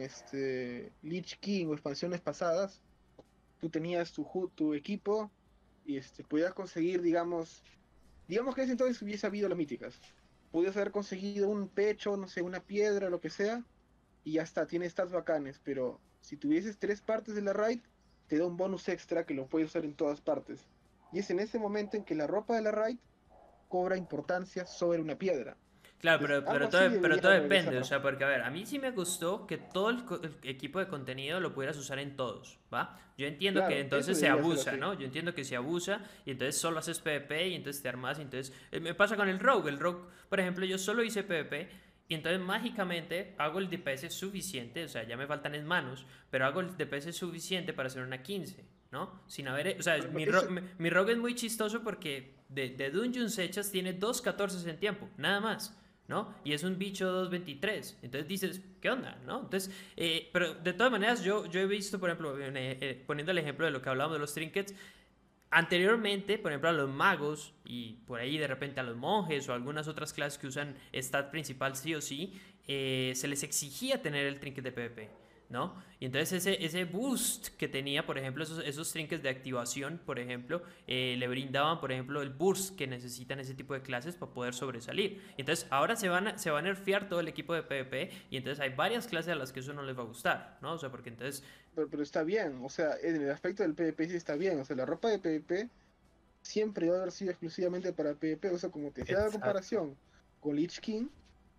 Lich King o expansiones pasadas. Tú tenías tu equipo y podías conseguir, digamos que en ese entonces hubiese habido las míticas. Podías haber conseguido un pecho, no sé, una piedra, lo que sea, y ya está, tiene stats bacanes, pero si tuvieses 3 partes de la raid, te da un bonus extra que lo puedes usar en todas partes. Y es en ese momento en que la ropa de la raid cobra importancia sobre una piedra. Claro, Entonces, algo pero, así pero debería todo depende, o regresar. sea, porque a ver, a mí sí me gustó que todo el equipo de contenido lo pudieras usar en todos, ¿va? Yo entiendo que Claro, eso entonces se debería ser abusa, así. ¿no? Yo entiendo que se abusa y entonces solo haces PvP y entonces te armas y entonces... me pasa con el Rogue, por ejemplo, yo solo hice PvP y entonces mágicamente hago el DPS suficiente, o sea, ya me faltan en manos, pero hago el DPS suficiente para hacer una 15, ¿no? Sin haber... O sea, Por ejemplo, eso, mi Rogue es muy chistoso porque de Dungeons hechas tiene 2 14 en tiempo, nada más. ¿No? Y es un bicho 223. Entonces dices, ¿qué onda? ¿No? Entonces, pero de todas maneras, yo he visto, por ejemplo, poniendo el ejemplo de lo que hablábamos de los trinkets, anteriormente, por ejemplo, a los magos y por ahí de repente a los monjes o algunas otras clases que usan stat principal sí o sí, se les exigía tener el trinket de PvP, ¿no? Y entonces ese boost que tenía, por ejemplo, esos trinkets de activación, por ejemplo, le brindaban, por ejemplo, el burst que necesitan ese tipo de clases para poder sobresalir. Y entonces ahora se va a nerfear todo el equipo de PvP y entonces hay varias clases a las que eso no les va a gustar, ¿no? O sea, porque entonces... pero está bien, o sea, en el aspecto del PvP sí está bien, o sea, la ropa de PvP siempre va a haber sido exclusivamente para PvP, o sea, como te decía la Exacto. comparación con Lich King,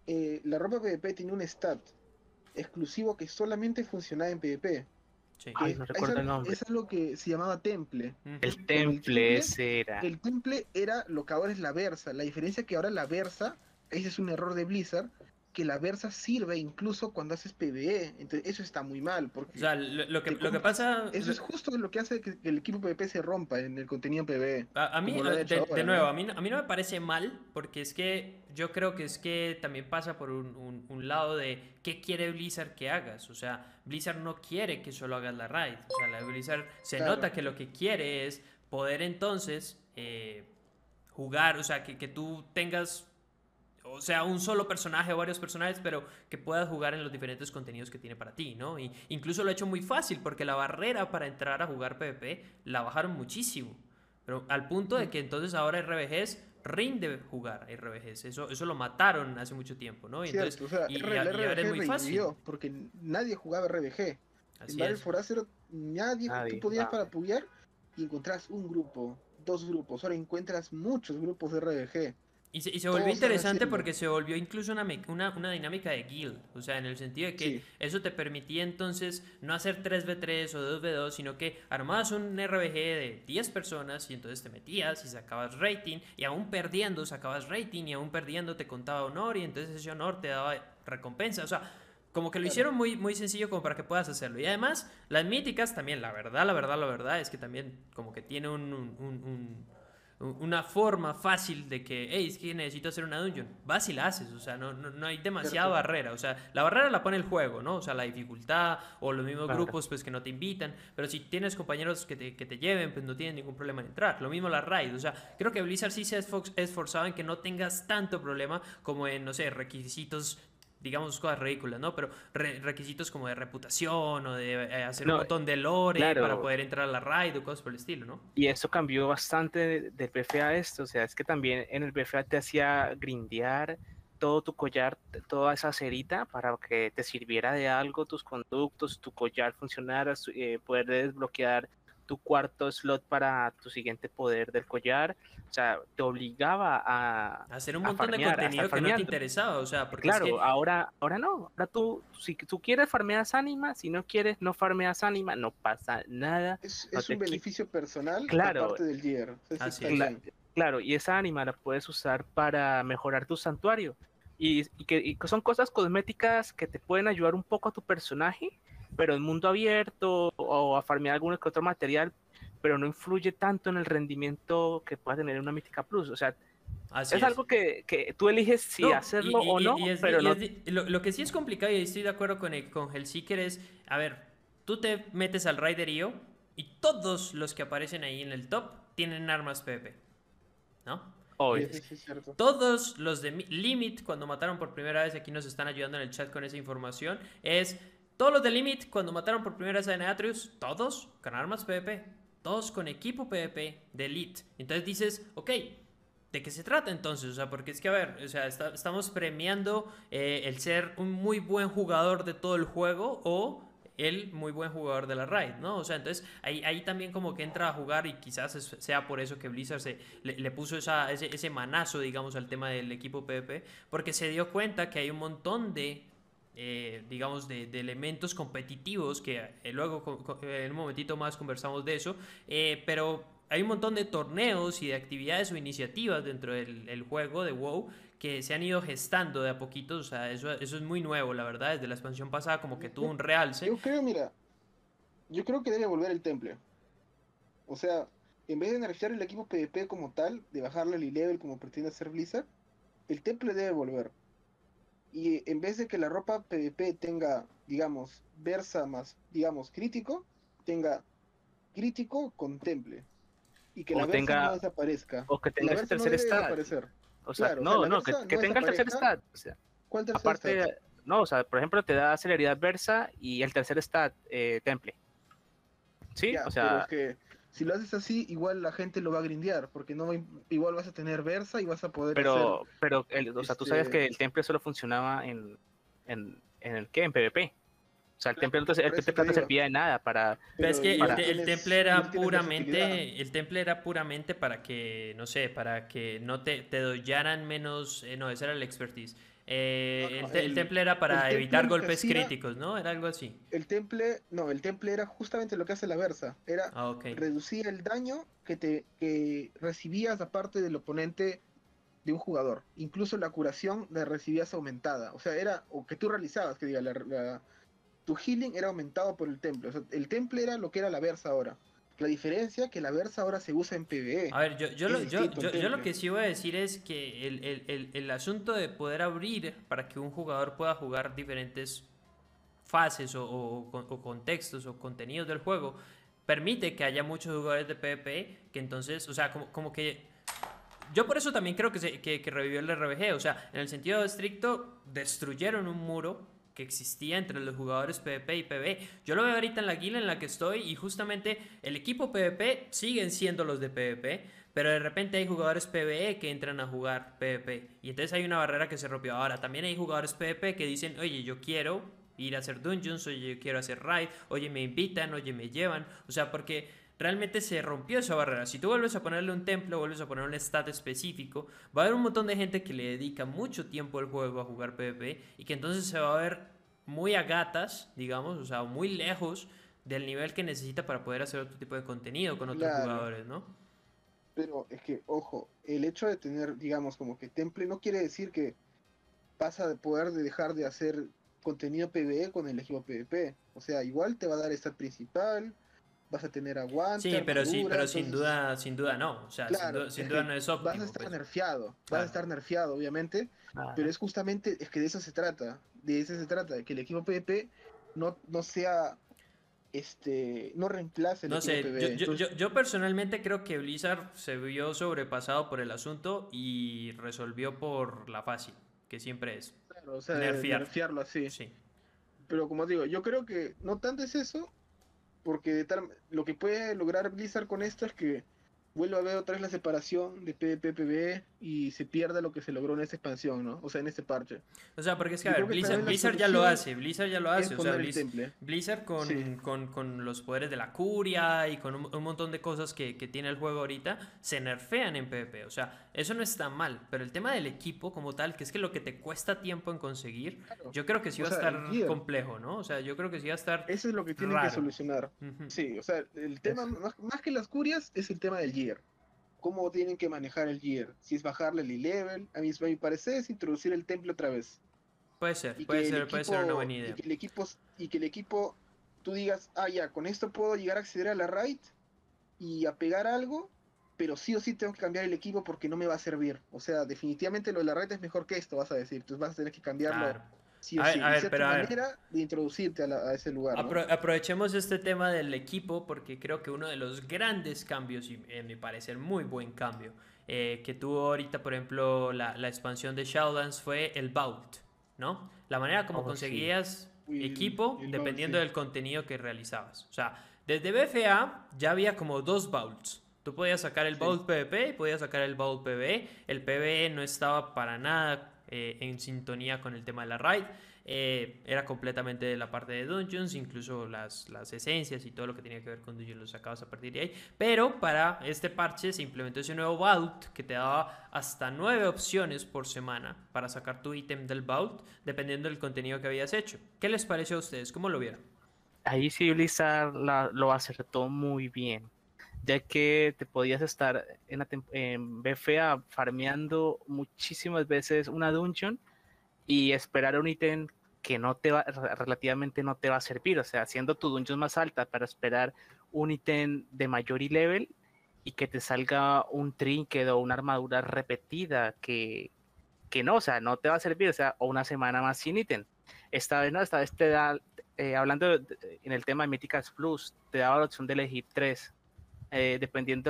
la ropa PvP tiene un stat exclusivo que solamente funcionaba en PvP, Sí. que Ay, no recuerdo el nombre. es algo que se llamaba temple. Ujú. El Pero el temple temple, ese era. el temple era lo que ahora es la Versa. La diferencia es que ahora la Versa, ese es un error de Blizzard, que la Versa sirve incluso cuando haces PvE. Entonces eso está muy mal, O porque sea, lo que pasa... eso es justo lo que hace que el equipo PvP se rompa en el contenido PvE, A mí, como lo han hecho de ahora, nuevo, ¿no? a mí no me parece mal, porque es que yo creo que es que también pasa por un lado de qué quiere Blizzard que hagas. O sea, Blizzard no quiere que solo hagas la raid. O sea, la Blizzard se Claro, nota que lo que quiere es poder entonces jugar, o sea, que tú tengas, o sea, un solo personaje o varios personajes, pero que puedas jugar en los diferentes contenidos que tiene para ti, ¿no? Y incluso lo ha hecho muy fácil, porque la barrera para entrar a jugar PvP la bajaron muchísimo. Pero al punto de que entonces ahora RBGs rinde jugar RBGs. Eso lo mataron hace mucho tiempo, ¿no? Y entonces, cierto. O sea, el y ahora es RBG muy fácil. revivió, porque nadie jugaba RBG. En Así Battle es. for Azeroth, nadie, tú Nadie podías jugaba. para puguear y encontrás un grupo, 2 grupos. Ahora encuentras muchos grupos de RBG. Y se volvió Todos están interesante haciendo. porque se volvió incluso una dinámica de guild. O sea, en el sentido de que Sí, eso te permitía entonces no hacer 3v3 o 2v2, sino que armabas un RBG de 10 personas y entonces te metías y sacabas rating. Y aún perdiendo sacabas rating y aún perdiendo te contaba honor y entonces ese honor te daba recompensa. O sea, como que lo claro. hicieron muy sencillo como para que puedas hacerlo. Y además, las míticas también, la verdad es que también como que tiene una forma fácil de que, hey, es que necesito hacer una dungeon. Vas y la haces, o sea, no hay demasiada Cierto. barrera. O sea, la barrera la pone el juego, ¿no? O sea, la dificultad o los mismos Claro. grupos pues que no te invitan. Pero si tienes compañeros que te lleven, pues no tienen ningún problema en entrar. Lo mismo la raid. O sea, creo que Blizzard sí se ha esforzado en que no tengas tanto problema como en, no sé, requisitos digamos, cosas ridículas, ¿no? Pero requisitos como de reputación o de hacer un No, montón de lore para claro, poder entrar a la raid o cosas por el estilo, ¿no? y eso cambió bastante del BFA a esto, o sea, es que también en el BFA te hacía grindear todo tu collar, toda esa cerita para que te sirviera de algo, tus conductos, tu collar funcionara, poder desbloquear tu cuarto slot para tu siguiente poder del collar, o sea, te obligaba Hacer un a montón de farmear, a estar contenido que no te farmeando. interesaba, o sea, porque es Claro, que ahora no, ahora tú, si tú quieres farmeas ánima, si no quieres no farmeas ánima, no pasa nada, no Es te un quita. beneficio personal Claro, aparte del gear. Eso así está es. bien. claro, y esa ánima la puedes usar para mejorar tu santuario. Y que son cosas cosméticas que te pueden ayudar un poco a tu personaje, pero en mundo abierto o a farmear algún que otro material, pero no influye tanto en el rendimiento que pueda tener una Mítica Plus. O sea, Así es es. algo que tú eliges si No, hacerlo o no, pero no. lo que sí es complicado y estoy de acuerdo con Hellseeker es, a ver, tú te metes al Raiderío y todos los que aparecen ahí en el top tienen armas PvP, ¿no? Hoy, Y Eh, eso sí es cierto. Todos los de Limit, cuando mataron por primera vez, aquí nos están ayudando en el chat con esa información, es todos los de Limit, cuando mataron por primera vez a Denatrius, todos con armas PvP, todos con equipo PvP de Elite. Entonces dices, ok, ¿de qué se trata entonces? O sea, porque es que, a ver, o sea, estamos premiando el ser un muy buen jugador de todo el juego o el muy buen jugador de la raid, ¿no? O sea, entonces ahí también como que entra a jugar y quizás sea por eso que Blizzard le puso ese manazo, digamos, al tema del equipo PvP, porque se dio cuenta que hay un montón de, digamos, de elementos competitivos que luego en un momentito más conversamos de eso, pero hay un montón de torneos y de actividades o iniciativas dentro del juego de WoW que se han ido gestando de a poquitos, o sea, eso es muy nuevo, la verdad, desde la expansión pasada como que tuvo Yo, un realce. yo creo, mira, yo creo que debe volver el temple. O sea, en vez de nerfear el equipo PvP como tal, de bajarle el level como pretende hacer Blizzard, el temple debe volver. Y en vez de que la ropa PvP tenga, digamos, versa más, digamos, crítico, tenga crítico con temple. Y que o la versa no tenga, desaparezca. o que La tenga ese versa no tercer debe stat. desaparecer. O sea, Claro, o sea, no, la no, versa que no tenga el tercer desaparezca. stat. O sea, ¿Cuál tercer stat? aparte, no, o sea, por ejemplo, te da celeridad versa y el tercer stat, temple. Sí, o Ya, pero es sea, que si lo haces así, igual la gente lo va a grindear, porque no va igual vas a tener versa y vas a poder hacer o sea, tú sabías que este. el temple solo funcionaba en el qué, en PvP. O sea, el temple, Por el eso temple te no te digo, servía de nada Pero es pero que igual el temple igual era tienes versatilidad. puramente, el temple era puramente para que, no sé, para que no te doyaran menos, no, ese era el expertise. No, no, El temple era el para temple evitar lo que golpes hacía, críticos, ¿no? Era algo así. el temple, no, el temple era justamente lo que hace la versa, era Ah, ok. reducir el daño que recibías aparte del oponente de un jugador. Incluso la curación la recibías aumentada. O sea, era, o que tú realizabas, que diga, tu healing era aumentado por el temple. O sea, el temple era lo que era la versa ahora. La diferencia que la versa ahora se usa en PvE. A ver, Es distinto el yo lo temple. que sí voy a decir es que el asunto de poder abrir para que un jugador pueda jugar diferentes fases o contextos o contenidos del juego permite que haya muchos jugadores de PvP que entonces, o sea, como que yo por eso también creo que revivió el RBG, o sea, en el sentido estricto, destruyeron un muro que existía entre los jugadores PvP y PvE. Yo lo veo ahorita en la guilda en la que estoy y justamente el equipo PvP siguen siendo los de PvP, pero de repente hay jugadores PvE que entran a jugar PvP y entonces hay una barrera que se rompió. Ahora, también hay jugadores PvP que dicen, oye, yo quiero ir a hacer dungeons, oye, yo quiero hacer raid, oye, me invitan, oye, me llevan, o sea, porque realmente se rompió esa barrera. Si tú vuelves a ponerle un templo, vuelves a poner un stat específico, va a haber un montón de gente que le dedica mucho tiempo al juego a jugar PvP y que entonces se va a ver muy a gatas, digamos, o sea, muy lejos del nivel que necesita para poder hacer otro tipo de contenido con otros Claro. jugadores, ¿no? Pero es que, ojo, el hecho de tener, digamos, como que temple no quiere decir que pasa de poder de dejar de hacer contenido PvE con el equipo PvP. O sea, igual te va a dar stat principal, vas a tener aguante, Sí, armadura, pero entonces, sin duda no, o sea, claro, sin es duda que no es vas a óptimo, estar pues, nerfeado, vas a claro. estar nerfeado, obviamente, pero claro. es justamente, es que de eso se trata, de eso se trata, de que el equipo PvP no sea, no reemplace el No equipo sé, PvE. Entonces, yo personalmente creo que Blizzard se vio sobrepasado por el asunto y resolvió por la fácil. que siempre es Claro, o sea, nerfear. nerfearlo así. Sí. Pero como digo, yo creo que no tanto es eso, porque lo que puede lograr Blizzard con esto es que vuelva a ver otra vez la separación de PvP, PvE y se pierda lo que se logró en esta expansión, ¿no? O sea, en este parche. O sea, porque es que, a Yo ver, creo que tal vez la Blizzard ya lo solución hace, Blizzard ya lo es hace, o sea, poner el temple. Blizzard Sí, con los poderes de la curia y con un montón de cosas que tiene el juego ahorita, se nerfean en PvP, o sea, eso no está mal, pero el tema del equipo como tal, que es que lo que te cuesta tiempo en conseguir, claro. yo creo que sí O va a sea, el estar gear. complejo, ¿no? O sea, yo creo que sí va a estar Eso es lo que tienen que raro. solucionar. Ujú. Sí, o sea, el tema, Es- más que las curias, es el tema del gear. Cómo tienen que manejar el gear. Si es bajarle el level, a mi parecer es introducir el temple otra vez. Y que el Puede ser una equipo, buena y idea. que el equipo, y que el equipo, tú digas, ah, ya, con esto puedo llegar a acceder a la raid y a pegar algo, pero sí o sí tengo que cambiar el equipo porque no me va a servir. O sea, definitivamente lo de la raid es mejor que esto, vas a decir. Entonces vas a tener que cambiarlo Claro. sí o sí. A Y ver, cierta pero a ver. manera de introducirte a ese lugar, ¿no? Aprovechemos este tema del equipo porque creo que uno de los grandes cambios, y en mi parecer muy buen cambio, que tuvo ahorita, por ejemplo, la expansión de Shadowlands fue el Vault, ¿no? La manera como Oh, sí. conseguías Uy, equipo el baúl, dependiendo sí. del contenido que realizabas. O sea, desde BFA ya había como dos Vaults. Tú podías sacar el Sí. Vault PvP y podías sacar el Vault PvE. El PvE no estaba para nada en sintonía con el tema de la raid. Era completamente de la parte de Dungeons, incluso las esencias y todo lo que tenía que ver con Dungeons lo sacabas a partir de ahí. Pero para este parche se implementó ese nuevo Vault que te daba hasta 9 opciones por semana para sacar tu ítem del Vault, dependiendo del contenido que habías hecho. ¿Qué les pareció a ustedes? ¿Cómo lo vieron? Ahí sí Blizzard lo acertó muy bien, ya que te podías estar en BFA farmeando muchísimas veces una dungeon y esperar un ítem que relativamente no te va a servir, o sea, haciendo tu dungeon más alta para esperar un ítem de mayor level y que te salga un trinket o una armadura repetida que no, o sea, no te va a servir, o sea, o una semana más sin ítem. Esta vez no, esta vez te da, hablando en el tema de Mythicals Plus, te daba la opción de elegir tres, dependiendo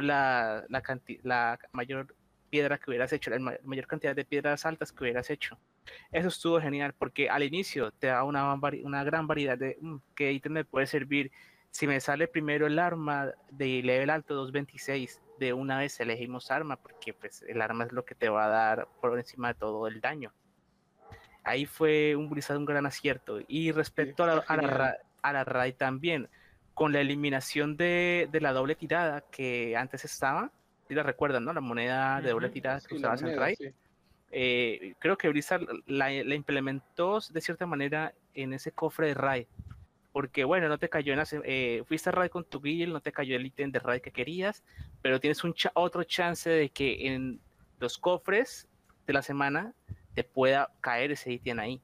la mayor piedra que hubieras hecho, mayor cantidad de piedras altas que hubieras hecho. Eso estuvo genial porque al inicio te da una gran variedad de qué ítem me puede servir. Si me sale primero el arma de level alto 226, de una vez elegimos arma porque pues el arma es lo que te va a dar por encima de todo el daño. Ahí fue un Blizzard un gran acierto. Y Sí, respecto está genial. a la raid también, con la eliminación de la doble tirada que antes estaba, si la recuerdan, ¿no? La moneda de doble Ujú. tirada que Sí, la usabas en moneda, raid. sí. Creo que Blizzard la implementó de cierta manera en ese cofre de raid. Porque bueno, no te cayó fuiste a raid con tu guild, no te cayó el ítem de raid que querías, pero tienes otro chance de que en los cofres de la semana te pueda caer ese ítem ahí.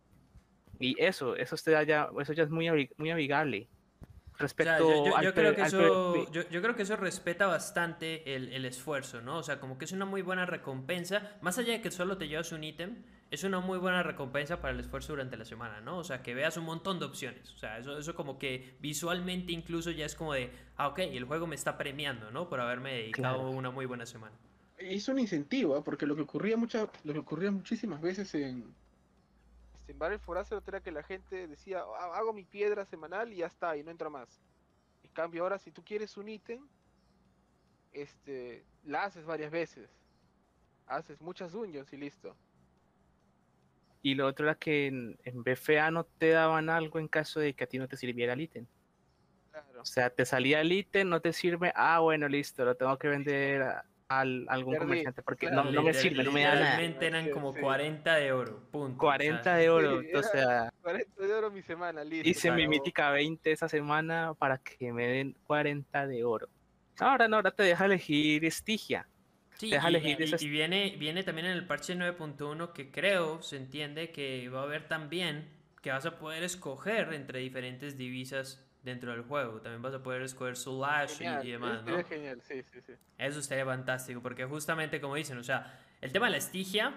Y eso ya es muy amigable. O sea, Respecto al, al PvP, yo creo que eso respeta bastante el esfuerzo, ¿no? O sea, como que es una muy buena recompensa, más allá de que solo te llevas un ítem, es una muy buena recompensa para el esfuerzo durante la semana, ¿no? O sea, que veas un montón de opciones. O sea, eso como que visualmente incluso ya es como de, ah, ok, el juego me está premiando, ¿no? Por haberme dedicado claro. una muy buena semana. Es un incentivo, ¿ah? Porque lo que ocurría muchísimas veces en Battle for Azeroth era que la gente decía, "Ah, hago mi piedra semanal y ya está, y no entra más. En cambio ahora si tú quieres un ítem, la haces varias veces. Haces muchas dungeons y listo. Y lo otro era que en BFA no te daban algo en caso de que a ti no te sirviera el ítem. O Claro. sea, te salía el ítem, no te sirve, ah, bueno, listo, lo tengo que Listo. vender a algún Perdí. comerciante porque Claro. no me sirve, no me da nada. Literalmente eran Así es, como sí. 40 de oro, punto. O sea, 40 de Sí, oro, o era sea, 40 de oro mi semana, listo, se hice mi acabó. mítica 20 esa semana para que me den 40 de oro. Ahora no, ahora te deja elegir Estigia. sí, Te deja elegir esas. y viene también en el parche 9.1 que creo, se entiende que va a haber también que vas a poder escoger entre diferentes divisas dentro del juego. También vas a poder escoger Soulash y Genial, eso demás, sería ¿no? genial, sí, sí, sí. Eso estaría fantástico, porque justamente como dicen, o sea, el tema de la estigia,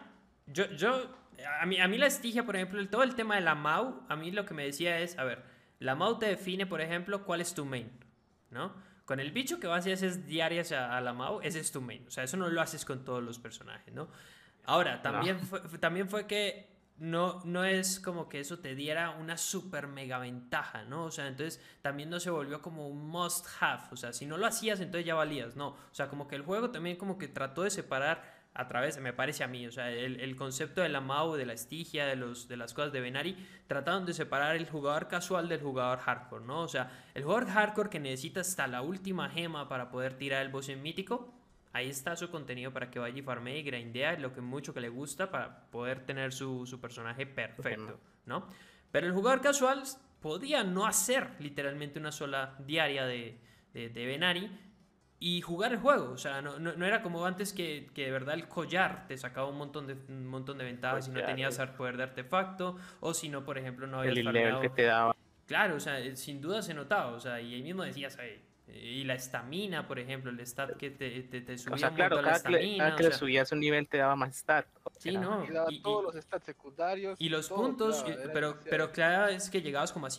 a mí la estigia, por ejemplo, todo el tema de la MAU, a mí lo que me decía es, a ver, la MAU te define, por ejemplo, cuál es tu main, ¿no? Con el bicho que vas y haces diarias a la MAU, ese es tu main, o sea, eso no lo haces con todos los personajes, ¿no? Ahora, también fue que no es como que eso te diera una super mega ventaja, ¿no? O sea, entonces también no se volvió como un must have. O sea, si no lo hacías, entonces ya valías. No. O sea, como que el juego también como que trató de separar a través, me parece a mí, o sea, el concepto de la MAU, de la Estigia, de las cosas de Venari, trataron de separar el jugador casual del jugador hardcore, ¿no? O sea, el jugador hardcore que necesita hasta la última gema para poder tirar el boss en mítico, ahí está su contenido para que vaya y farmee y grindea lo que mucho que le gusta para poder tener su personaje perfecto, ¿no? Pero el jugador casual podía no hacer literalmente una sola diaria de Venari y jugar el juego. O sea, no era como antes que de verdad el collar te sacaba un montón de ventajas si no tenías poder de artefacto o si no, por ejemplo, no habías el farmeado. level que te daba. Claro, o sea, sin duda se notaba, o sea, y ahí mismo decías, y la estamina, por ejemplo, el stat que te subía O sea, un claro, montón la estamina. cada que le subías un nivel te daba más stat. Sí, no. Y daba todos los stats secundarios. Y los todo, puntos, claro, pero claro, es que llegabas como a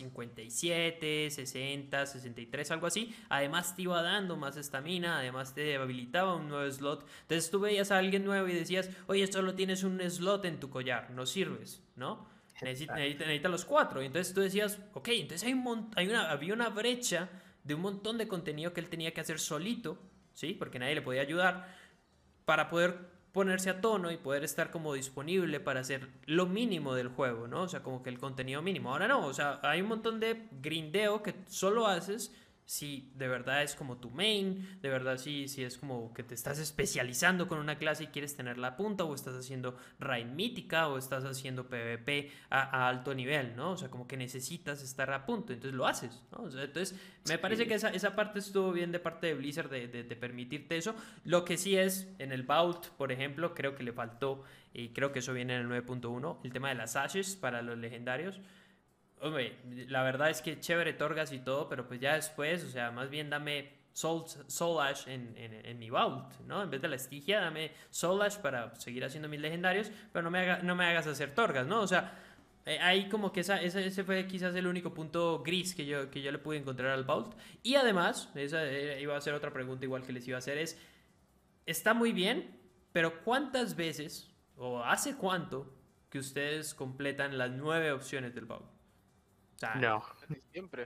57, 60, 63, algo así. Además te iba dando más estamina, además te habilitaba un nuevo slot. Entonces tú veías a alguien nuevo y decías, oye, solo tienes un slot en tu collar, no sirves, ¿no? Necesita los 4. Y entonces tú decías, ok, entonces había una brecha de un montón de contenido que él tenía que hacer solito, ¿sí? Porque nadie le podía ayudar, para poder ponerse a tono y poder estar como disponible para hacer lo mínimo del juego, ¿no? O sea, como que el contenido mínimo. Ahora no, o sea, hay un montón de grindeo que solo haces si de verdad es como tu main, de verdad si es como que te estás especializando con una clase y quieres tenerla a punta, o estás haciendo raid mítica, o estás haciendo PvP a alto nivel, ¿no? O sea, como que necesitas estar a punto, entonces lo haces, ¿no? O sea, entonces me parece que esa parte estuvo bien de parte de Blizzard de permitirte eso. Lo que sí es, en el Vault, por ejemplo, creo que le faltó, y creo que eso viene en el 9.1, el tema de las ashes para los legendarios. Hombre, la verdad es que chévere Torgas y todo, pero pues ya después, o sea, más bien dame Soul Ash en mi Vault, ¿no? En vez de la Estigia, dame Soul Ash para seguir haciendo mis legendarios, pero no me hagas hacer Torgas, ¿no? O sea, ahí como que ese fue quizás el único punto gris que yo le pude encontrar al Vault. Y además, esa iba a ser otra pregunta igual que les iba a hacer, está muy bien, pero ¿cuántas veces, o hace cuánto, que ustedes completan las 9 opciones del Vault? O sea, No, Casi siempre.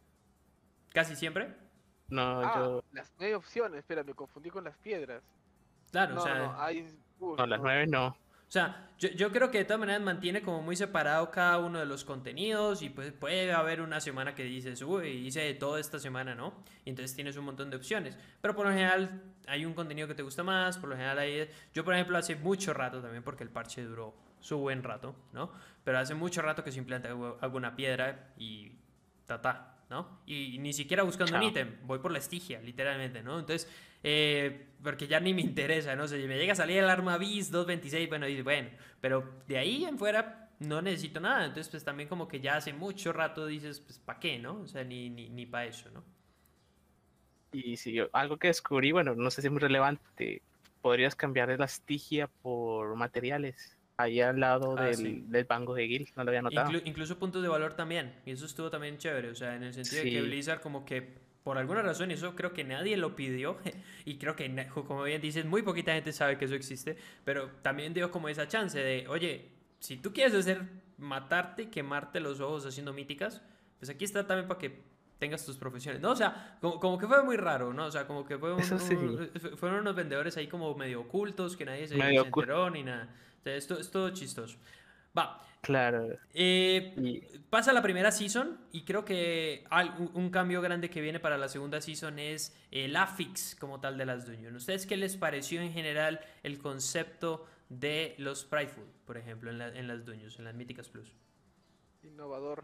¿casi siempre? no, Las 9 opciones, espera, me confundí con las piedras. Claro, No, o sea, no, hay... no, las 9 no. o sea, yo creo que de todas maneras mantiene como muy separado cada uno de los contenidos y pues puede haber una semana que dices, uy, hice todo esta semana, ¿no? Y entonces tienes un montón de opciones. Pero por lo general hay un contenido que te gusta más, por lo general hay... Yo, por ejemplo, hace mucho rato también, porque el parche duró su buen rato, ¿no? Pero hace mucho rato que simplemente hago una piedra y ¿no? Y ni siquiera buscando un ítem, voy por la estigia, literalmente, ¿no? Entonces, porque ya ni me interesa, ¿no? O sea, si me llega a salir el arma bis 226, bueno, dice, bueno, pero de ahí en fuera no necesito nada. Entonces, pues también como que ya hace mucho rato dices, pues, ¿para qué, no? O sea, ni para eso, ¿no? Y si algo que descubrí, bueno, no sé si es muy relevante, podrías cambiar la estigia por materiales. Ahí al lado del banco de guild, no lo había notado. Incluso puntos de valor también. Y eso estuvo también chévere. O sea, en el sentido de que Blizzard como que por alguna razón, y eso creo que nadie lo pidió, y creo que como bien dices, muy poquita gente sabe que eso existe, pero también dio como esa chance de, oye, si tú quieres hacer matarte, quemarte los ojos haciendo míticas, pues aquí está también para que tengas tus profesiones, ¿no? O sea, como que fue muy raro, ¿no? O sea, como que fueron unos vendedores ahí como medio ocultos, que nadie se enteró ni nada. O sea, es todo chistoso. Va. Claro. Pasa la primera season y creo que un cambio grande que viene para la segunda season es el affix como tal de las dungeons. ¿Ustedes qué les pareció en general el concepto de los Prideful, por ejemplo, en las dungeons, en las Míticas Plus? Innovador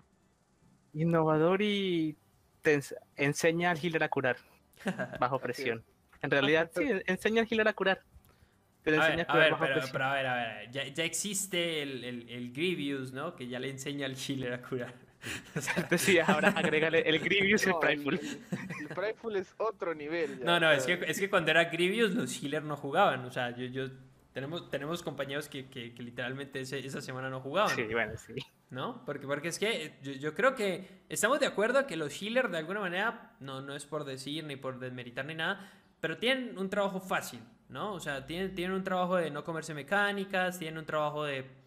Y te enseña al healer a curar bajo presión. En realidad, sí, enseña al healer a curar. Pero a ver, ya existe el Grievous, ¿no? Que ya le enseña al healer a curar. Entonces sí, ahora agrégale el Grievous y el Prideful. El Prideful es otro nivel. Ya, no, es que cuando era Grievous los healers no jugaban. O sea, tenemos compañeros que literalmente esa semana no jugaban. Sí, bueno, sí. ¿No? Porque es que yo creo que estamos de acuerdo que los healers de alguna manera, no es por decir ni por desmeritar ni nada, pero tienen un trabajo fácil. ¿no? O sea, tienen un trabajo de no comerse mecánicas, tienen un trabajo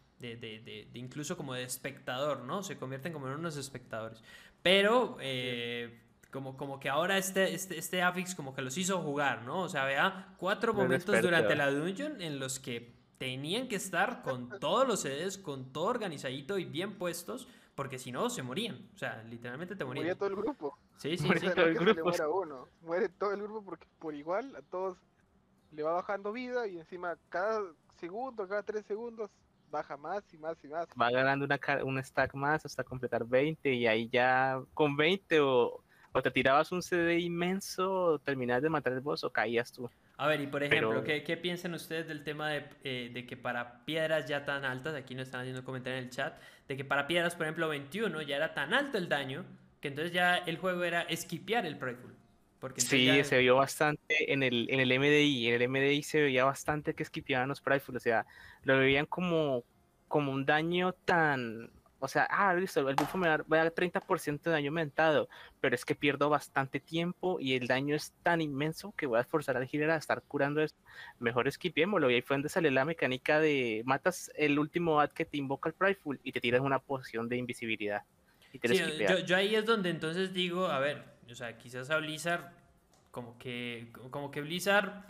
de incluso como de espectador, ¿no? Se convierten como en unos espectadores. Pero como que ahora este Affix como que los hizo jugar, ¿no? O sea, vea, 4 No es momentos experto. durante la dungeon en los que tenían que estar con todos los CDs, con todo organizadito y bien puestos, porque si no, se morían. O sea, literalmente te Se moría morías. todo el grupo. Sí, sí, Muere O sea, sí. no todo es el que se le grupo. muera uno, muere todo el grupo porque por igual a todos le va bajando vida y encima cada segundo, cada 3 segundos baja más y más y más. Va ganando un stack más hasta completar 20 y ahí ya con 20 o te tirabas un CD inmenso, o terminabas de matar el boss o caías tú. A ver, y por ejemplo, Pero ¿qué piensan ustedes del tema de que para piedras ya tan altas, aquí nos están haciendo un comentario en el chat, de que para piedras, por ejemplo, 21 ya era tan alto el daño, que entonces ya el juego era esquipear el prideful? Porque entonces sí, ya... se vio bastante en el MDI. En el MDI se veía bastante que esquipeaban los prideful. O sea, lo veían como un daño tan. O sea, listo, el bufo va a dar 30% de daño aumentado, pero es que pierdo bastante tiempo y el daño es tan inmenso que voy a esforzar al healer a estar curando esto. Mejor esquipeémoslo. Y ahí fue donde sale la mecánica de matas el último ad que te invoca el prideful y te tiras una poción de invisibilidad y te lo Sí, esquipeas. yo ahí es donde entonces digo, a ver, o sea, quizás a Blizzard, como que Blizzard,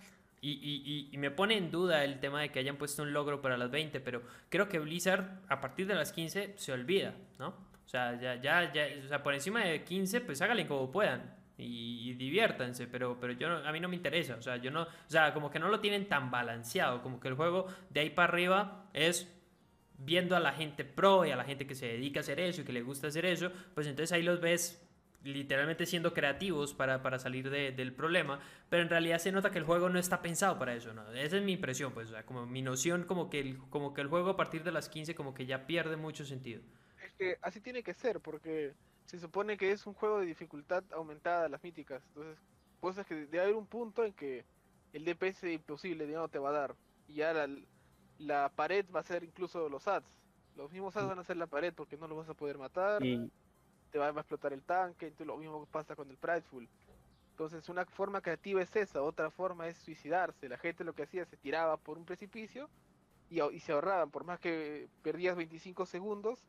y me pone en duda el tema de que hayan puesto un logro para las 20, pero creo que Blizzard a partir de las 15 se olvida, ¿no? O sea, o sea, por encima de 15, pues háganle como puedan y diviértanse, pero a mí no me interesa, o sea, yo no, o sea, como que no lo tienen tan balanceado, como que el juego de ahí para arriba es viendo a la gente pro y a la gente que se dedica a hacer eso y que le gusta hacer eso, pues entonces ahí los ves literalmente siendo creativos para salir del problema, pero en realidad se nota que el juego no está pensado para eso, ¿no? Esa es mi impresión, pues, o sea, como mi noción, como que el juego a partir de las 15 como que ya pierde mucho sentido. Es que así tiene que ser, porque se supone que es un juego de dificultad aumentada, las míticas. Entonces, cosas que debe haber un punto en que el DPS imposible ya no te va a dar. Y ya la pared va a ser incluso los ads. Los mismos ads van a ser la pared porque no los vas a poder matar, Y te va a explotar el tanque, entonces lo mismo pasa con el Prideful. Entonces, una forma creativa es esa, otra forma es suicidarse. La gente lo que hacía se tiraba por un precipicio y se ahorraban, por más que perdías 25 segundos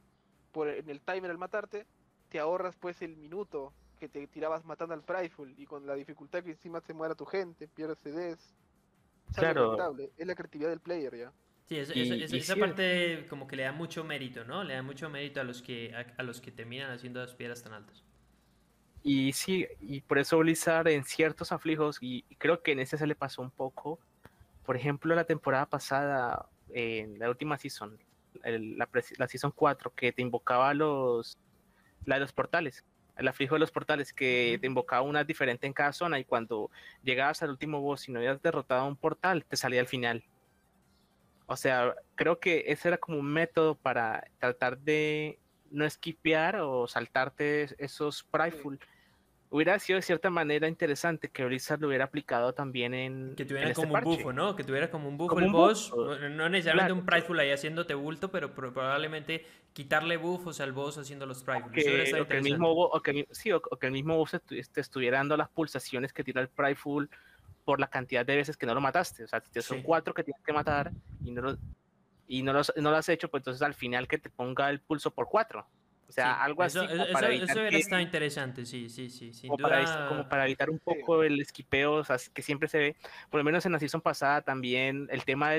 en el timer al matarte, te ahorras pues el minuto que te tirabas matando al Prideful y con la dificultad que encima se muera tu gente, pierdes CDs. Es algo claro, lamentable, es la creatividad del player ya. Sí, y esa sí, parte como que le da mucho mérito, ¿no? Le da mucho mérito a los que terminan haciendo las piedras tan altas. y sí, y por eso Blizzard en ciertos aflijos, y creo que en ese se le pasó un poco, por ejemplo, la temporada pasada, en la última season, la season 4 que te invocaba la de los portales, el aflijo de los portales, que Ujú. te invocaba una diferente en cada zona, y cuando llegabas al último boss y no habías derrotado un portal, te salía al final. O sea, creo que ese era como un método para tratar de no esquipear o saltarte esos Sí. prideful. Hubiera sido de cierta manera interesante que Blizzard lo hubiera aplicado también Que en tuviera este como un bufo, parche, ¿no? Que tuviera como un bufo como el un buff. boss. No necesariamente Claro, un prideful ahí haciéndote bulto, pero probablemente quitarle buffos al boss haciendo los prideful. Eso hubiera estado o que el mismo, interesante. sí, o que el mismo boss te estuviera dando las pulsaciones que tira el prideful por la cantidad de veces que no lo mataste. O sea, si son Sí. 4 que tienes que matar y no lo has hecho, pues entonces al final que te ponga el pulso por 4. O sea, Sí, algo eso, así como eso, para eso evitar hubiera que, estado interesante, sí, sí, sí, sin como duda. para evitar un Sí. poco el esquipeo, o sea, que siempre se ve, por lo menos en la season pasada también, el tema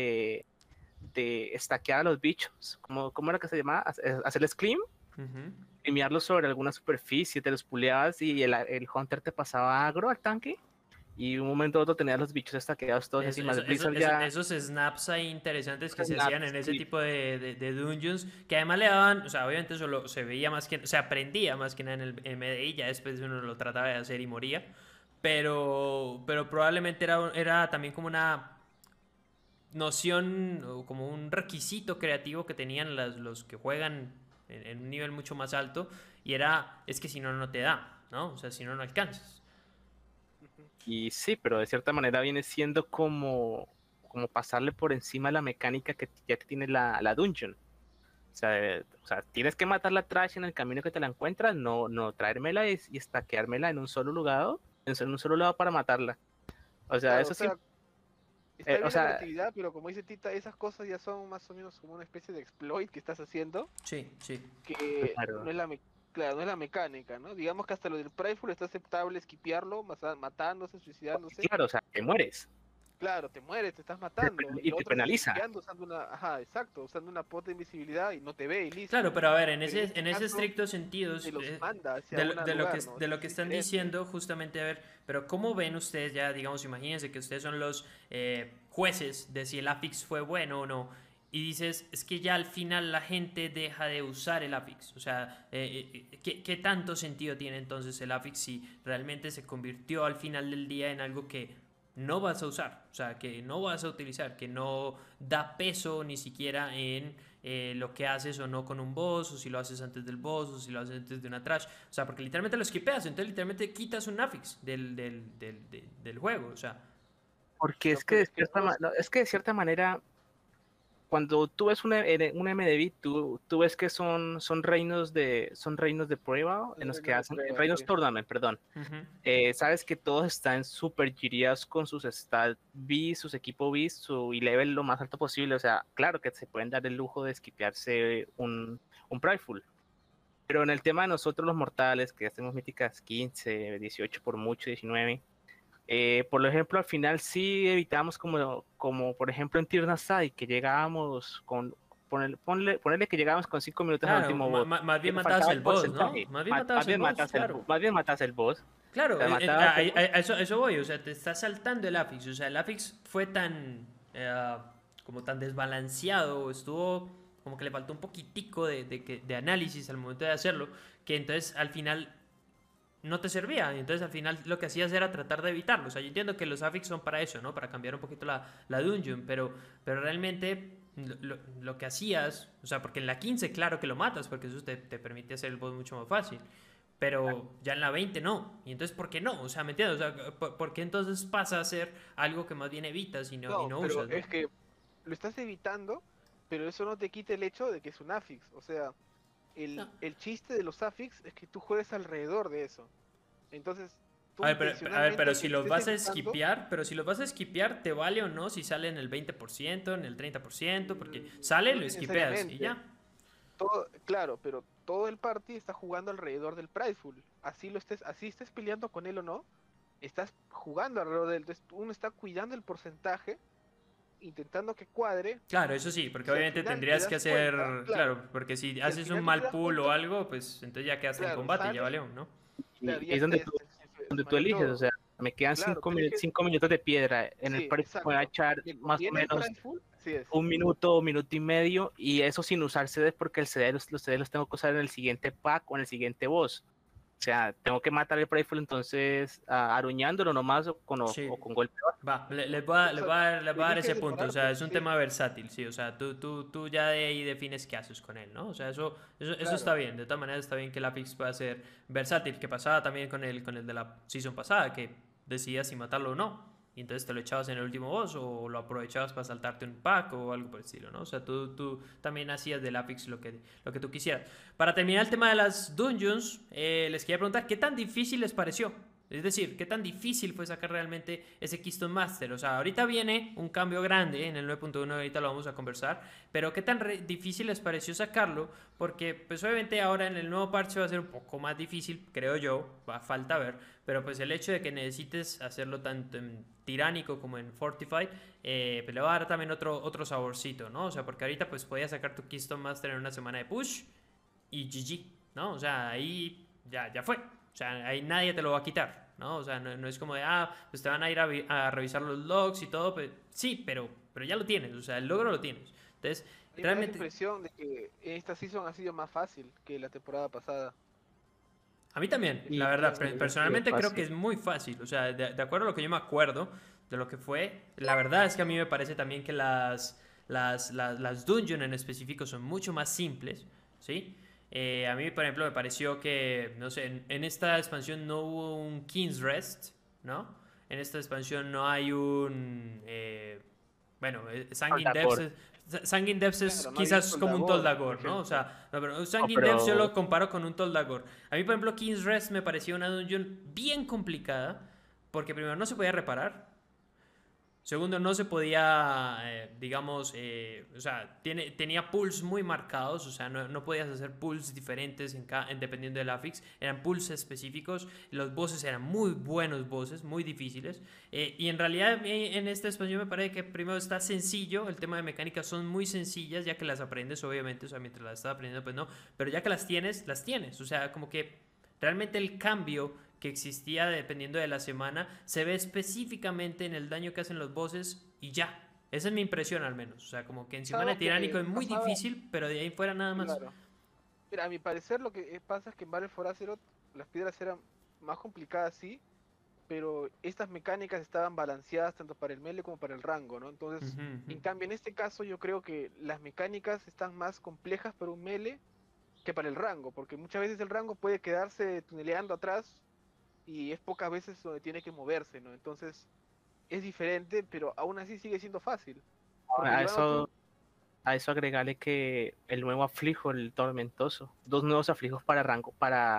de estaquear a los bichos, ¿cómo era que se llamaba? Hacer scream, Ujú. enviarlos sobre alguna superficie, te los puleabas y el Hunter te pasaba agro al tanque y un momento u otro tenías los bichos estaqueados todos Eso- encima. eso- El eso- Blizzard eso- ya, esos snaps ahí interesantes que se hacían snaps, en ese sí, tipo de dungeons, que además le daban, o sea, obviamente solo se veía más que, se aprendía más que nada en el MDI, ya después uno lo trataba de hacer y moría, pero probablemente era también como una noción o como un requisito creativo que tenían los que juegan en un nivel mucho más alto, y es que si no, no te da, ¿no? O sea, si no, no alcanzas. Ujú. y sí, pero de cierta manera viene siendo como pasarle por encima la mecánica que ya tiene la dungeon. O sea, tienes que matar la trash en el camino que te la encuentras, no traérmela y estaqueármela en un solo lugar, en un solo lado para matarla. O sea, Claro, o eso sea, siempre. Está bien O la sea, creatividad, pero como dice Tita, esas cosas ya son más o menos como una especie de exploit que estás haciendo, Sí, sí. que claro. no es claro, no es la mecánica, ¿no? Digamos que hasta lo del Prideful está aceptable esquipearlo, matándose, suicidándose. Claro, o sea, te mueres. Claro, te mueres, te estás matando. Y Y lo te otro es penaliza. esquipeando usando ajá, exacto, usando una pot de invisibilidad y no te ve y listo. Claro, pero a ver, en Pero en este en ese caso estricto sentido, te los manda hacia un lugar, ¿no? de lo que Es están diferente. diciendo, justamente, a ver, pero ¿cómo ven ustedes ya, digamos, imagínense que ustedes son los jueces de si el affix fue bueno o no? Y dices, es que ya al final la gente deja de usar el affix. O sea, ¿qué tanto sentido tiene entonces el affix si realmente se convirtió al final del día en algo que no vas a usar? O sea, que no vas a utilizar, que no da peso ni siquiera en lo que haces o no con un boss, o si lo haces antes del boss, o si lo haces antes de una trash. O sea, porque literalmente lo skipeas, entonces literalmente quitas un affix del juego. O sea, Porque Lo es que peor de es que cierta, todos, no, es que de cierta manera, cuando tú ves un MDB, tú ves que son reinos de prueba en los que de hacen, prueba, reinos sí. tournament, perdón. ujú. Sabes que todos están súper giriados con sus stat B, sus equipos B, su level lo más alto posible. O sea, claro que se pueden dar el lujo de skipearse un Prideful. Pero en el tema de nosotros los mortales, que hacemos míticas 15, 18 por mucho, 19, por ejemplo, al final sí evitamos como por ejemplo en Tirnasai, que llegábamos ponerle que llegábamos con 5 minutos al Claro, último boss, más que bien nos matabas faltaba el el boss, ¿no? porcentaje, Más bien matabas más el bien boss, claro. más bien matas el boss, o Claro, sea, matabas el boss. a eso voy, o sea, te está saltando el affix, o sea, el affix fue tan, como tan desbalanceado, estuvo como que le faltó un poquitico de análisis al momento de hacerlo, que entonces al final no te servía, y entonces al final lo que hacías era tratar de evitarlo, o sea, yo entiendo que los affix son para eso, ¿no? Para cambiar un poquito la dungeon, pero realmente lo que hacías, o sea, porque en la 15 claro que lo matas, porque eso te permite hacer el boss mucho más fácil, pero ya en la 20 no. Y entonces, ¿por qué no? O sea, ¿me entiendes? O sea, ¿por qué entonces pasa a ser algo que más bien evitas y No, no pero usas, ¿no? es que lo estás evitando, pero eso no te quita el hecho de que es un affix. O sea, No. el chiste de los affix es que tú juegues alrededor de eso. Entonces, tú A ver, intencionalmente, pero aunque si lo los estés vas a evitando, skipear, pero si los vas a skipear, ¿te vale o no si sale en el 20%, en el 30%? Porque sale, no lo skipeas y necesariamente. ya. Todo, claro, pero todo el party está jugando alrededor del Prideful. Así estés peleando con él o no, estás jugando alrededor de él. Entonces, uno está cuidando el porcentaje, intentando que cuadre. Claro, eso sí, porque Si al obviamente final te tendrías que das hacer, cuenta, claro, claro, porque si si al haces un final tú te mal das pull o cuenta, algo, pues entonces ya quedaste en claro, combate y ya sales, valió, ¿no? claro, Y ya es está el donde tú mayor eliges, o todo. sea, me quedan Claro, tú eliges, 5 minutos de piedra, en el sí, Prideful me voy a exacto. echar ¿Me más o conviene el menos Prideful? Así es. un minuto, minuto y medio, y eso sin usar CDs porque el CD los CDs los tengo que usar en el siguiente pack o en el siguiente boss. O sea, tengo que matar el Prideful entonces aruñándolo nomás o Sí. con golpe. Va, O sea, les voy a dar eliges ese punto, o sea, demorarte, es un sí, tema versátil, sí, o sea, tú ya de ahí defines qué haces con él, ¿no? O sea, eso está claro. bien, de todas maneras está bien que el Apex pueda ser versátil, que pasaba también con el de la season pasada, que decidías si matarlo o no, y entonces te lo echabas en el último boss o lo aprovechabas para saltarte un pack o algo por el estilo, ¿no? O sea, tú también hacías del Apex lo que tú quisieras. Para terminar el tema de las dungeons, les quería preguntar, ¿qué tan difícil les pareció? Es decir, ¿qué tan difícil fue sacar realmente ese Keystone Master? O sea, ahorita viene un cambio grande en el 9.1, ahorita lo vamos a conversar, pero ¿qué tan difícil les pareció sacarlo? Porque pues obviamente ahora en el nuevo parche va a ser un poco más difícil, creo yo, va a falta ver, pero pues el hecho de que necesites hacerlo tanto en Tiránico como en Fortified, pues le va a dar también otro saborcito, ¿no? O sea, porque ahorita pues podías sacar tu Keystone Master en una semana de push y GG, ¿no? O sea, ahí ya fue. O sea, ahí nadie te lo va a quitar, ¿no? O sea, no es como de, pues te van a ir a revisar los logs y todo. Pues, sí, pero ya lo tienes, o sea, el logro lo tienes. Entonces, A mí me da la realmente, impresión de que esta season ha sido más fácil que la temporada pasada. a mí también, la Y verdad, ha sido personalmente creo que fácil. es muy fácil. O sea, de acuerdo a lo que yo me acuerdo de lo que fue, la verdad es que a mí me parece también que las dungeons en específico son mucho más simples, ¿sí? A mí, por ejemplo, me pareció que, no sé, en esta expansión no hubo un King's Rest, ¿no? En esta expansión no hay un... bueno, Sanguine Depths, Soldador. Sanguine Depths es Claro, no había un quizás como un soldador, por Toldagor, ¿no? O ejemplo. sea, no, pero No, Sanguine Depths yo pero lo comparo con un Toldagor. A mí, por ejemplo, King's Rest me parecía una dungeon bien complicada, porque primero no se podía reparar, Segundo, no se podía, digamos, o sea, tenía pulls muy marcados, o sea, no podías hacer pulls diferentes dependiendo del affix, eran pulls específicos, los bosses eran muy buenos bosses, muy difíciles, y en realidad en esta expansión me parece que primero está sencillo, el tema de mecánicas son muy sencillas, ya que las aprendes, obviamente, o sea, mientras las estás aprendiendo, pues no, pero ya que las tienes, o sea, como que realmente el cambio que existía dependiendo de la semana se ve específicamente en el daño que hacen los bosses y ya. Esa es mi impresión al menos. O sea, como que en Semana Pasaba de Tiránico que es muy pasaba, difícil, pero de ahí fuera nada más. claro. Mira, a mi parecer lo que pasa es que en Battle for Azeroth las piedras eran más complicadas, sí, pero estas mecánicas estaban balanceadas tanto para el melee como para el rango, ¿no? Entonces, Ujú, ujú. en cambio, en este caso yo creo que las mecánicas están más complejas para un melee que para el rango, porque muchas veces el rango puede quedarse tuneleando atrás y es pocas veces donde tiene que moverse, ¿no? Entonces, es diferente, pero aún así sigue siendo fácil, porque A llevando eso, tú, a eso agregarle que el nuevo aflijo, el tormentoso, dos nuevos aflijos para rango,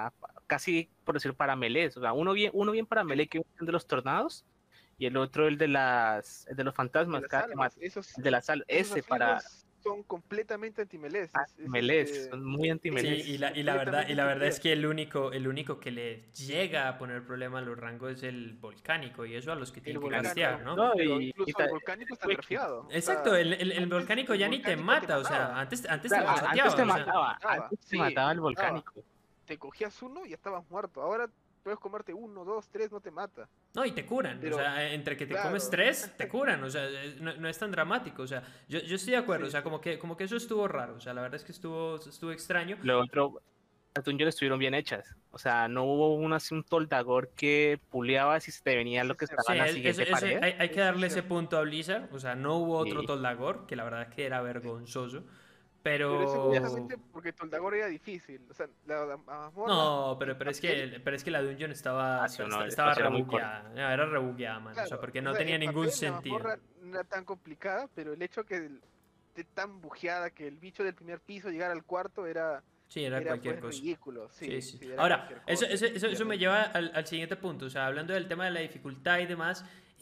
casi por decir para melees, o sea, uno bien para melee que es el de los tornados y el otro el de los de fantasmas, las almas, el de la sal, esos ese para aflijos son completamente anti-melees, melees, son muy anti Sí, melees. completamente y la verdad es anti-melees. que el único que le llega a poner problema a los rangos es el volcánico, y eso a los que El tienen que castear, volcánico, ¿no? No, pero incluso el volcánico está quick. nerfeado. O Exacto, sea, el antes volcánico el ya ni te volcánico te mata, o sea, mataba. antes te Claro, lo Claro, chateaba, o sea. antes te sí, mataba te el mataba. volcánico. Te cogías uno y estabas muerto. Ahora puedes comerte uno, dos, tres, no te mata. No, y te curan, o Pero, sea, entre que te comes claro, tres, te curan, o sea, no es tan dramático, o sea, yo estoy de acuerdo, o sí, sea, sí. como que eso estuvo raro, o sea, la verdad es que estuvo extraño. Lo otro, las dungeons estuvieron bien hechas. O sea, no hubo así un toldador que puleaba si se te venía Eso lo es que Sí, estaba en cierto. la siguiente pared. hay que Eso es darle ese cierto. punto a Blizzard, o sea, no hubo otro Y, Toldagor, que la verdad es que era vergonzoso, Pero eso y pero... justamente porque Toldagor era difícil. O sea, la mazmorra No, en papel, pero es que la dungeon estaba, el estaba espacio era muy corto. rebugueada, era rebugueada, man, o sea, claro, porque o no sea, tenía en ningún papel la sentido. mazmorra no era tan complicada, pero el hecho que esté tan bujeada que el bicho del primer piso llegara al cuarto Sí, era era cualquier pues cosa. ridículo, Sí, sí, sí. sí, era Ahora, cualquier cosa, eso me definitivamente. lleva al siguiente punto. O sea, hablando del tema de la dificultad y demás,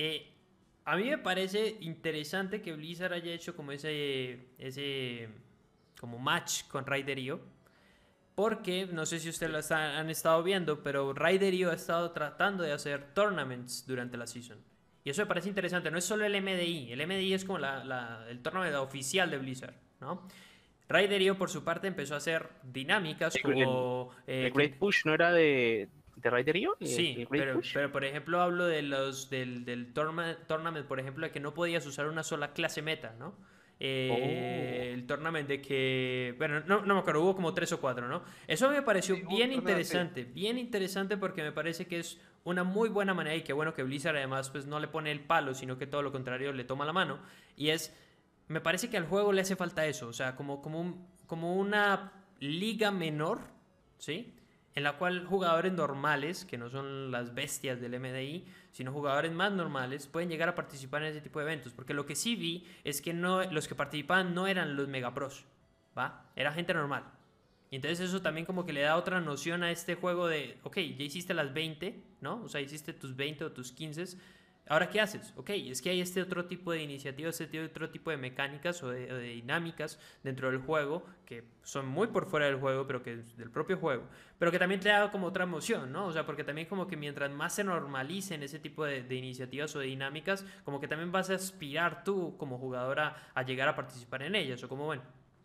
a mí me parece interesante que Blizzard haya hecho como ese como match con Raiderio. Porque, no sé si ustedes Sí. han estado viendo, pero Raiderio ha estado tratando de hacer tournaments durante la season. Y eso me parece interesante. No es solo el MDI. El MDI es como el tournament oficial de Blizzard, ¿no? Raiderio, por su parte, empezó a hacer dinámicas El, como... el Great Push no era de Raiderio, el Sí, Great Push. pero por ejemplo hablo del tournament, por ejemplo, de que no podías usar una sola clase meta, ¿no? Oh, El tournament de que, bueno, no me acuerdo, hubo como tres o cuatro, ¿no? Eso me pareció Sí, hubo un torneo así. bien interesante porque me parece que es una muy buena manera y que bueno que Blizzard además pues no le pone el palo, sino que todo lo contrario le toma la mano. Y es, me parece que al juego le hace falta eso, o sea, como una liga menor, ¿sí? En la cual jugadores normales, que no son las bestias del MDI, sino jugadores más normales, pueden llegar a participar en ese tipo de eventos. Porque lo que sí vi es que no, los que participaban no eran los megapros, ¿va? Era gente normal. Y entonces eso también como que le da otra noción a este juego de, ok, ya hiciste las 20, ¿no? O sea, hiciste tus 20 o tus 15. Ahora, ¿qué haces? Ok, es que hay este otro tipo de iniciativas, este otro tipo de mecánicas o de dinámicas dentro del juego que son muy por fuera del juego, pero que es del propio juego, pero que también te da como otra emoción, ¿no? O sea, porque también como que mientras más se normalicen ese tipo de iniciativas o de dinámicas, como que también vas a aspirar tú como jugadora a llegar a participar en ellas, o como bueno.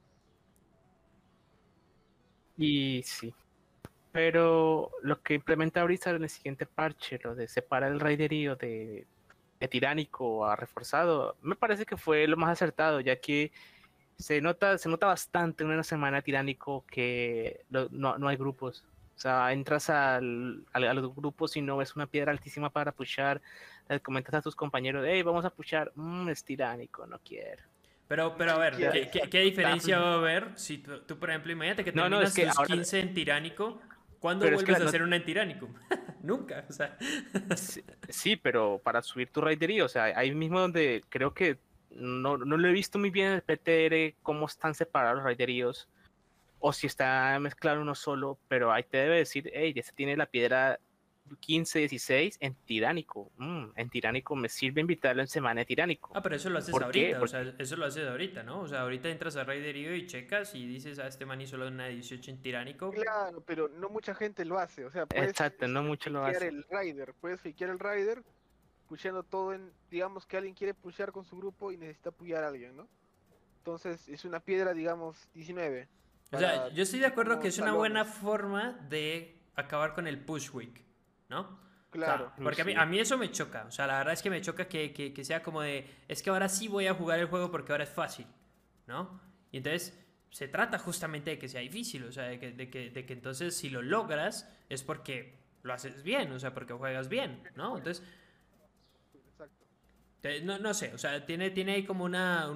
y sí. Pero lo que implementa Blizzard en el siguiente parche, lo de separar el raiderío de tiránico a reforzado, me parece que fue lo más acertado, ya que se nota bastante en una semana tiránico que no hay grupos. O sea, entras a los grupos y no ves una piedra altísima para pushar, le comentas a tus compañeros, hey, vamos a pushar, es tiránico, no quiero. Pero a Sí, ver, quiere, ¿qué diferencia va a haber si tú, por ejemplo, imagínate que No, es terminas que tus ahora, 15 en tiránico, ¿cuándo pero es que vuelves a hacer una en tiránico? Nunca, o sea. sí, sí, pero para subir tu raidería, o sea, ahí mismo donde creo que no lo he visto muy bien en el PTR cómo están separados los raideríos o si está mezclado uno solo, pero ahí te debe decir, hey, ya se tiene la piedra 15, 16 en Tiránico. En Tiránico me sirve invitarlo en semana de Tiránico. Ah, pero eso lo haces ¿Por qué? ahorita, o sea, eso lo haces ahorita, ¿no? O sea, ahorita entras a Raiderío y checas y dices, este man hizo una 18 en Tiránico. Claro, pero no mucha gente lo hace. O sea, puedes Exacto, no mucho lo fakear hace. el rider, puedes fakear el rider, pusheando todo en, digamos que alguien quiere pushear con su grupo y necesita pushear a alguien, ¿no? Entonces es una piedra, digamos, 19. O sea, Para yo estoy de acuerdo como que es una buena talones. forma de acabar con el push week, ¿no? O Claro. sea, porque Sí. a mí eso me choca. O sea, la verdad es que me choca que sea como de, es que ahora sí voy a jugar el juego porque ahora es fácil, ¿no? Y entonces se trata justamente de que sea difícil, o sea, de que entonces si lo logras es porque lo haces bien, o sea, porque juegas bien, ¿no? Entonces, Exacto. no sé, o sea, tiene ahí como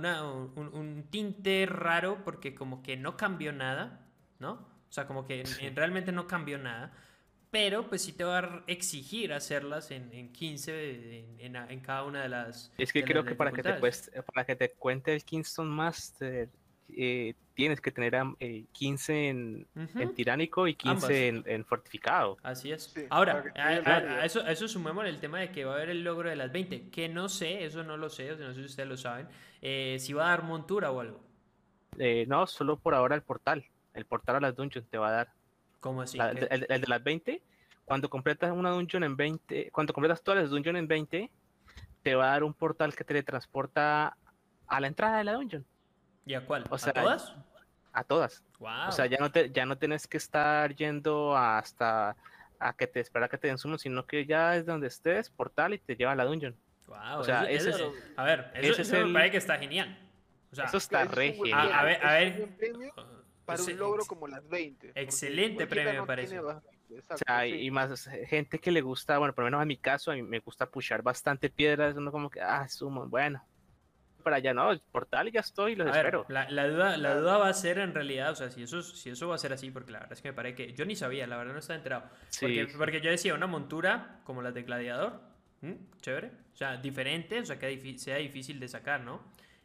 un tinte raro porque como que no cambió nada, ¿no? O sea, como que Sí. realmente no cambió nada, pero pues sí te va a exigir hacerlas en 15 en cada una Es que de las creo que dificultades. para que te cuente el Kingston Master, tienes que tener 15 en Ujú, Tiránico y ambas. 15 en Fortificado. Así es. Sí, para que Ahora, te dé Claro. rider. a eso sumémosle el tema de que va a haber el logro de las 20 que no sé, eso no lo sé, o sea, no sé si ustedes lo saben, si va a dar montura o algo. No, solo por ahora el portal. El portal a las dungeons te va a dar. ¿Cómo así? El de las 20, cuando completas una dungeon en 20, cuando completas todas las dungeons en 20, te va a dar un portal que te teletransporta a la entrada de la dungeon. ¿Y a cuál? O ¿A sea, todas? a todas. O sea, Wow. ya no tienes que estar yendo hasta a que te espera que te den sumo, sino que ya es donde estés, portal y te lleva a la dungeon. O Wow. sea, Claro, A ver, ese es eso me parece el, que está genial. O eso sea, está ese es re un buen a genial. premio. ver, a Ese es un ver. buen premio para es un logro ex- como las 20, porque excelente cualquiera premio me no tiene parece. las 20. O Exacto, sea, sí. y más gente que le gusta, bueno, por lo menos en mi caso, a mí me gusta pushar bastante piedras, uno como que, sumo, bueno, para allá no, el portal y ya estoy, los A ver, espero. la Claro. duda va a ser en realidad, o sea, si eso va a ser así, porque la verdad es que me parece que yo ni sabía, la verdad no estaba enterado. Sí, sí. Porque yo decía, una montura como las de Gladiador, chévere, o sea, diferente, o sea, que sea difícil de sacar, ¿no?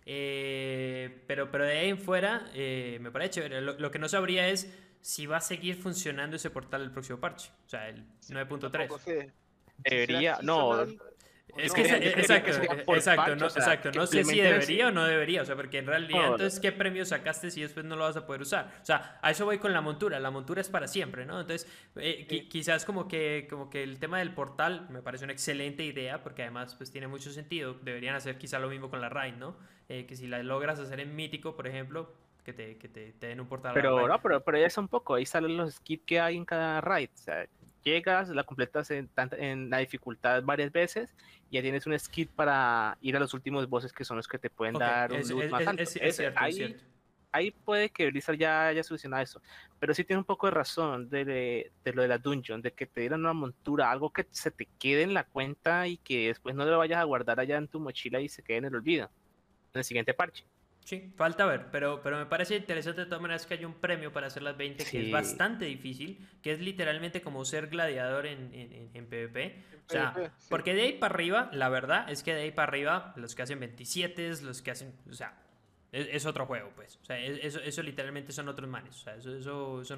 Pero de ahí en fuera, me parece chévere. Lo que no sabría es si va a seguir funcionando ese portal el próximo parche, o sea, el Sí, tampoco 9.3. sé si será Debería, no, seasonal o Es no. que, yo creería que sería por exacto, parche, no, o sea, exacto. que No sé si implementen debería o ese, no debería. O sea, porque en realidad, no, entonces, ¿qué premio sacaste si después no lo vas a poder usar? O sea, a eso voy con la montura. La montura es para siempre, ¿no? Entonces, Sí, quizás como que el tema del portal me parece una excelente idea, porque además, pues tiene mucho sentido. Deberían hacer quizá lo mismo con la raid, ¿no? Que si la logras hacer en mítico, por ejemplo, te den un portal a la pero raid. no, pero ya es un poco, ahí salen los skips que hay en cada raid, o sea, llegas, la completas en la dificultad varias veces, y ya tienes un skip para ir a los últimos bosses que son los que te pueden Ok, dar un loot más alto. es cierto, es cierto. Ahí puede que Blizzard ya haya solucionado eso, pero sí tiene un poco de razón de lo de la dungeon, de que te dieran una montura, algo que se te quede en la cuenta y que después no lo vayas a guardar allá en tu mochila y se quede en el olvido, en el siguiente parche. Sí, falta ver, pero me parece interesante de todas maneras que hay un premio para hacer las 20 que es Sí, bastante difícil, que es literalmente como ser gladiador en PvP. en O sea, PvP, sí. porque de ahí para arriba, la verdad es que de ahí para arriba, los que hacen 27, los que hacen, o sea, es otro juego, pues. O sea, eso literalmente son otros manes. O sea, eso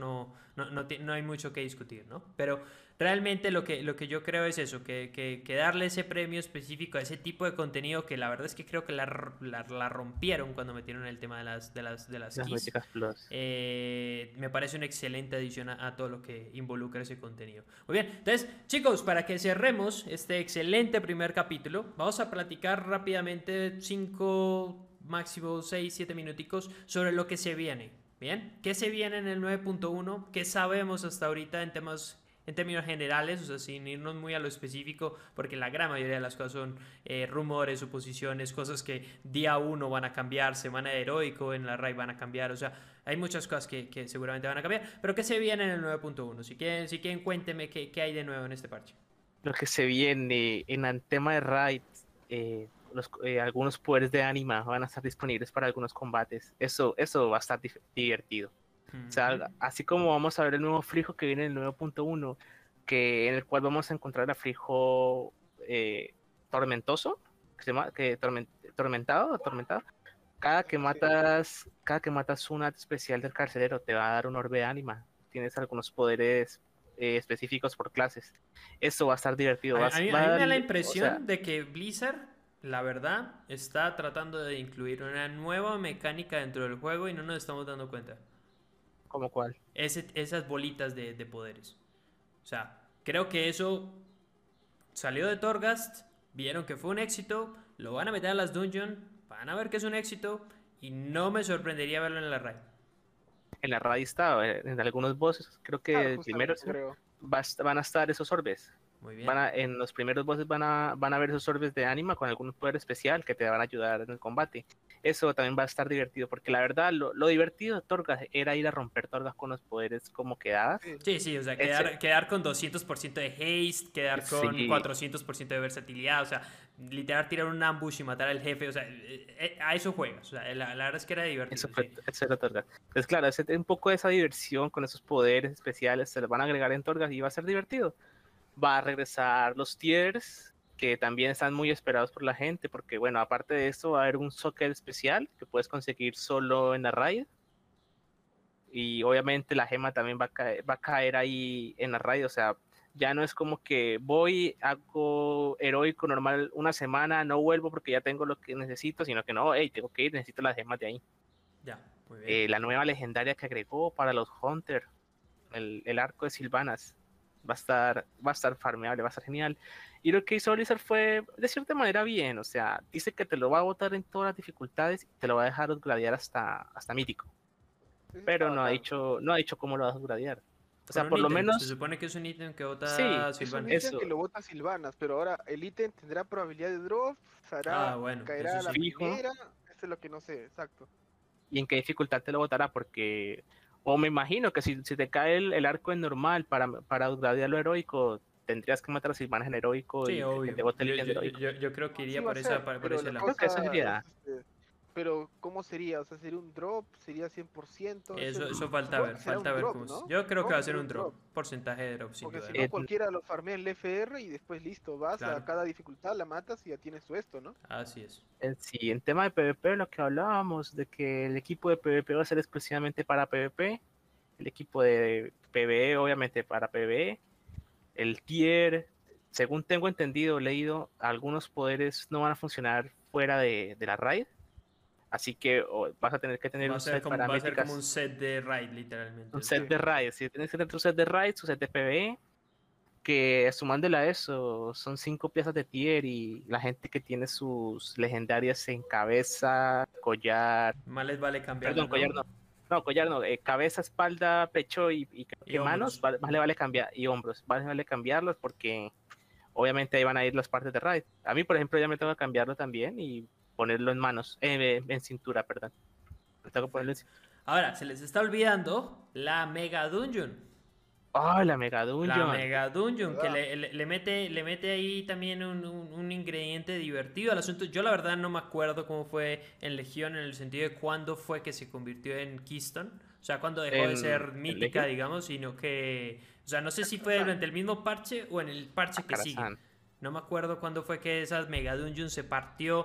no hay mucho que discutir, ¿no? Pero realmente lo que yo creo es eso, que darle ese premio específico a ese tipo de contenido que la verdad es que creo que la rompieron cuando metieron el tema de las las keys. míticas plus. Me parece una excelente adición a todo lo que involucra ese contenido. Muy bien, entonces chicos, para que cerremos este excelente primer capítulo, vamos a platicar rápidamente 5, máximo 6, 7 minuticos sobre lo que se viene. Bien, ¿qué se viene en el 9.1? ¿Qué sabemos hasta ahorita en temas en términos generales, o sea, sin irnos muy a lo específico, porque la gran mayoría de las cosas son rumores, suposiciones, cosas que día uno van a cambiar, semana de heroico, en la raid van a cambiar, o sea, hay muchas cosas que seguramente van a cambiar, pero ¿qué se viene en el 9.1? Si quieren cuénteme qué hay de nuevo en este parche. Lo que se viene en el tema de raid, algunos poderes de anima van a estar disponibles para algunos combates. Eso va a estar divertido. O sea, Ujú. así como vamos a ver el nuevo Frijo que viene en el 9.1, en el cual vamos a encontrar a Frijo tormentoso, que se llama, tormentado. Cada que matas un arte especial del carcelero te va a dar un orbe de ánima. Tienes algunos poderes específicos por clases. Eso va a estar divertido. A mí me da la o impresión sea, de que Blizzard, la verdad, está tratando de incluir una nueva mecánica dentro del juego y no nos estamos dando cuenta. ¿como cuál? Esas bolitas de poderes. O sea, creo que eso salió de Torghast, vieron que fue un éxito, lo van a meter a las dungeons, van a ver que es un éxito y no me sorprendería verlo en la raid. En la radio está, en algunos bosses, creo que Claro, el primero justamente creo. van a estar esos orbes. Muy bien. En los primeros bosses van a ver esos orbes de ánima con algún poder especial que te van a ayudar en el combate. Eso también va a estar divertido, porque la verdad, lo divertido de Torghast era ir a romper Torghast con los poderes como quedadas. Sí. Sí, o sea, Ese- quedar con 200% de haste, quedar con Sí. 400% de versatilidad, o sea, literal tirar un ambush y matar al jefe, o sea, a eso juegas, o sea, la verdad es que era divertido. Eso era Torghast. Entonces, claro, un poco de esa diversión con esos poderes especiales se los van a agregar en Torghast y va a ser divertido. Va a regresar los tiers, que también están muy esperados por la gente, porque bueno, aparte de eso va a haber un socket especial que puedes conseguir solo en la raid. Y obviamente la gema también va a caer ahí en la raid, o sea, ya no es como que voy, hago heroico normal una semana, no vuelvo porque ya tengo lo que necesito, sino que no, hey, tengo que ir, necesito las gemas de ahí. Ya, muy bien. La nueva legendaria que agregó para los Hunter, el arco de Sylvanas, va a estar farmeable, va a estar genial. Y lo que hizo Blizzard fue, de cierta manera, bien, o sea, dice que te lo va a botar en todas las dificultades y te lo va a dejar upgradear hasta mítico, Eso pero está bacán. no ha dicho cómo lo vas a upgradear. O Con sea, un por lo ítem, se menos, supone que es un ítem que sí, bota Es un Silvana. ítem eso, que lo bota Silvanas, pero ahora el ítem tendrá probabilidad de drop, Ah, bueno, caerá eso a la sí. fijo, primera, eso es lo que no sé, exacto. y en qué dificultad te lo botará, porque, o me imagino que si te cae el arco en normal para upgradear lo heroico, tendrías que matar a Sylvanas en heroico Sí, y que obvio. te bote el ítem de heroico. Yo creo que Así iría va a por ser, por pero ese la lado. Creo que eso cosa es, sería. pero ¿cómo sería? O sea, ¿sería un drop? ¿Sería 100%? Eso falta Supongo ver, que será falta un ver drop, cómo es. ¿no? Yo creo que Supongo va a que ser será un un drop, drop, porcentaje de drop, sin porque duda si no Eh, alguna. cualquiera lo farmea en el FR y después listo, vas Claro, a cada dificultad, la matas y ya tienes su esto, ¿no? así es. Sí, en tema de PvP, lo que hablábamos, de que el equipo de PvP va a ser exclusivamente para PvP, el equipo de PvE obviamente para PvE, el tier, según tengo entendido, leído, algunos poderes no van a funcionar fuera de la raid, así que vas a tener que tener un set para Va a ser como un métricas, set de raid, literalmente. un O sea, set Sí. de raid, si tienes que tener tu set de raid, su set de PvE, que sumándole a eso son 5 piezas de tier y la gente que tiene sus legendarias en cabeza, collar, más les vale cambiarla, perdón, collar ¿no? no, no, collar no, cabeza, espalda, pecho y creo Y que manos, hombros. más le vale cambiar, y hombros, más le vale cambiarlos porque obviamente ahí van a ir las partes de raid. A mí, por ejemplo, ya me tengo que cambiarlo también y ponerlo en manos, en cintura, perdón. Me tengo que ponerlo en Perfecto. Ahora, se les está olvidando la Mega Dungeon. ¡Oh, la Mega La Dungeon! Mega Dungeon, que ¿Verdad? le mete ahí también un ingrediente divertido al asunto. Yo la verdad no me acuerdo cómo fue en Legión en el sentido de cuándo fue que se convirtió en Keystone. O sea, cuando dejó de ser En mítica, Legion, digamos, sino que... O sea, no sé si fue Karazhan. durante el mismo parche o en el parche a que sigue. Karazhan. No me acuerdo cuándo fue que esa Mega Dungeon se partió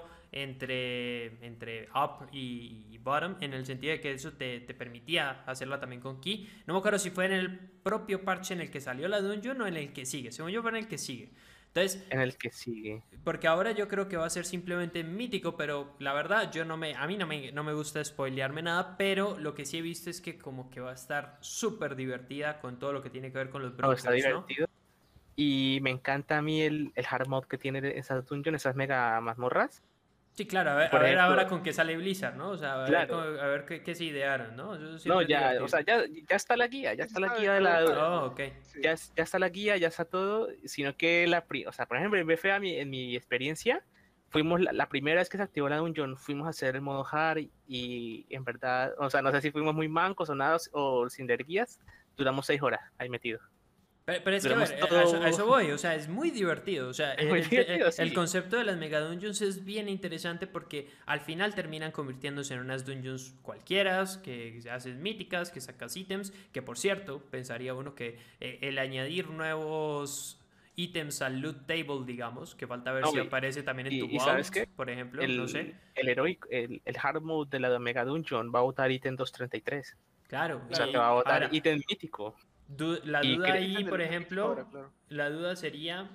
entre up y bottom, en el sentido de que eso te permitía hacerla también con key. No me acuerdo si fue en el propio parche en el que salió la dungeon o en el que sigue. Según yo fue en el que sigue. Entonces, En el que sigue. porque ahora yo creo que va a ser simplemente mítico, pero la verdad a mí no me gusta spoilearme nada, pero lo que sí he visto es que como que va a estar súper divertida con todo lo que tiene que ver con los No, está brokers, ¿no? divertido. Y me encanta a mí el hard mode que tiene esas dungeons, esas mega mazmorras. Sí, claro, Por a ver ejemplo, ahora con qué sale Blizzard, ¿no? O sea, claro, a ver qué se idearon, ¿no? Eso no, siempre es ya, o divertido. sea, ya está la guía, ya Sí se está la sabe guía de cuál es la, Oh, ok. Sí. ya está la guía, ya está todo, sino que o sea, por ejemplo, en BFA, en mi experiencia, fuimos la primera vez que se activó la dungeon, fuimos a hacer el modo hard y en verdad, o sea, no sé si fuimos muy mancos o nada, o sin leer guías, duramos 6 horas ahí metidos. Pero es que, a Duramos ver, a todo eso voy, o sea, es muy divertido. O sea, es muy divertido, el sí. concepto de las mega dungeons es bien interesante porque al final terminan convirtiéndose en unas dungeons cualquiera, que se hacen míticas, que sacas ítems, que por cierto, pensaría uno que el añadir nuevos ítems al loot table, digamos, que falta ver No, si aparece también en tu y ¿sabes vault, qué? por ejemplo, no sé. El heroic, el hard mode de la Mega Dungeon va a botar ítem 233. Claro, O sea, te Claro. va a botar ahora, ítem mítico. La Y duda cre- ahí, por ejemplo, Ahora, claro. la duda sería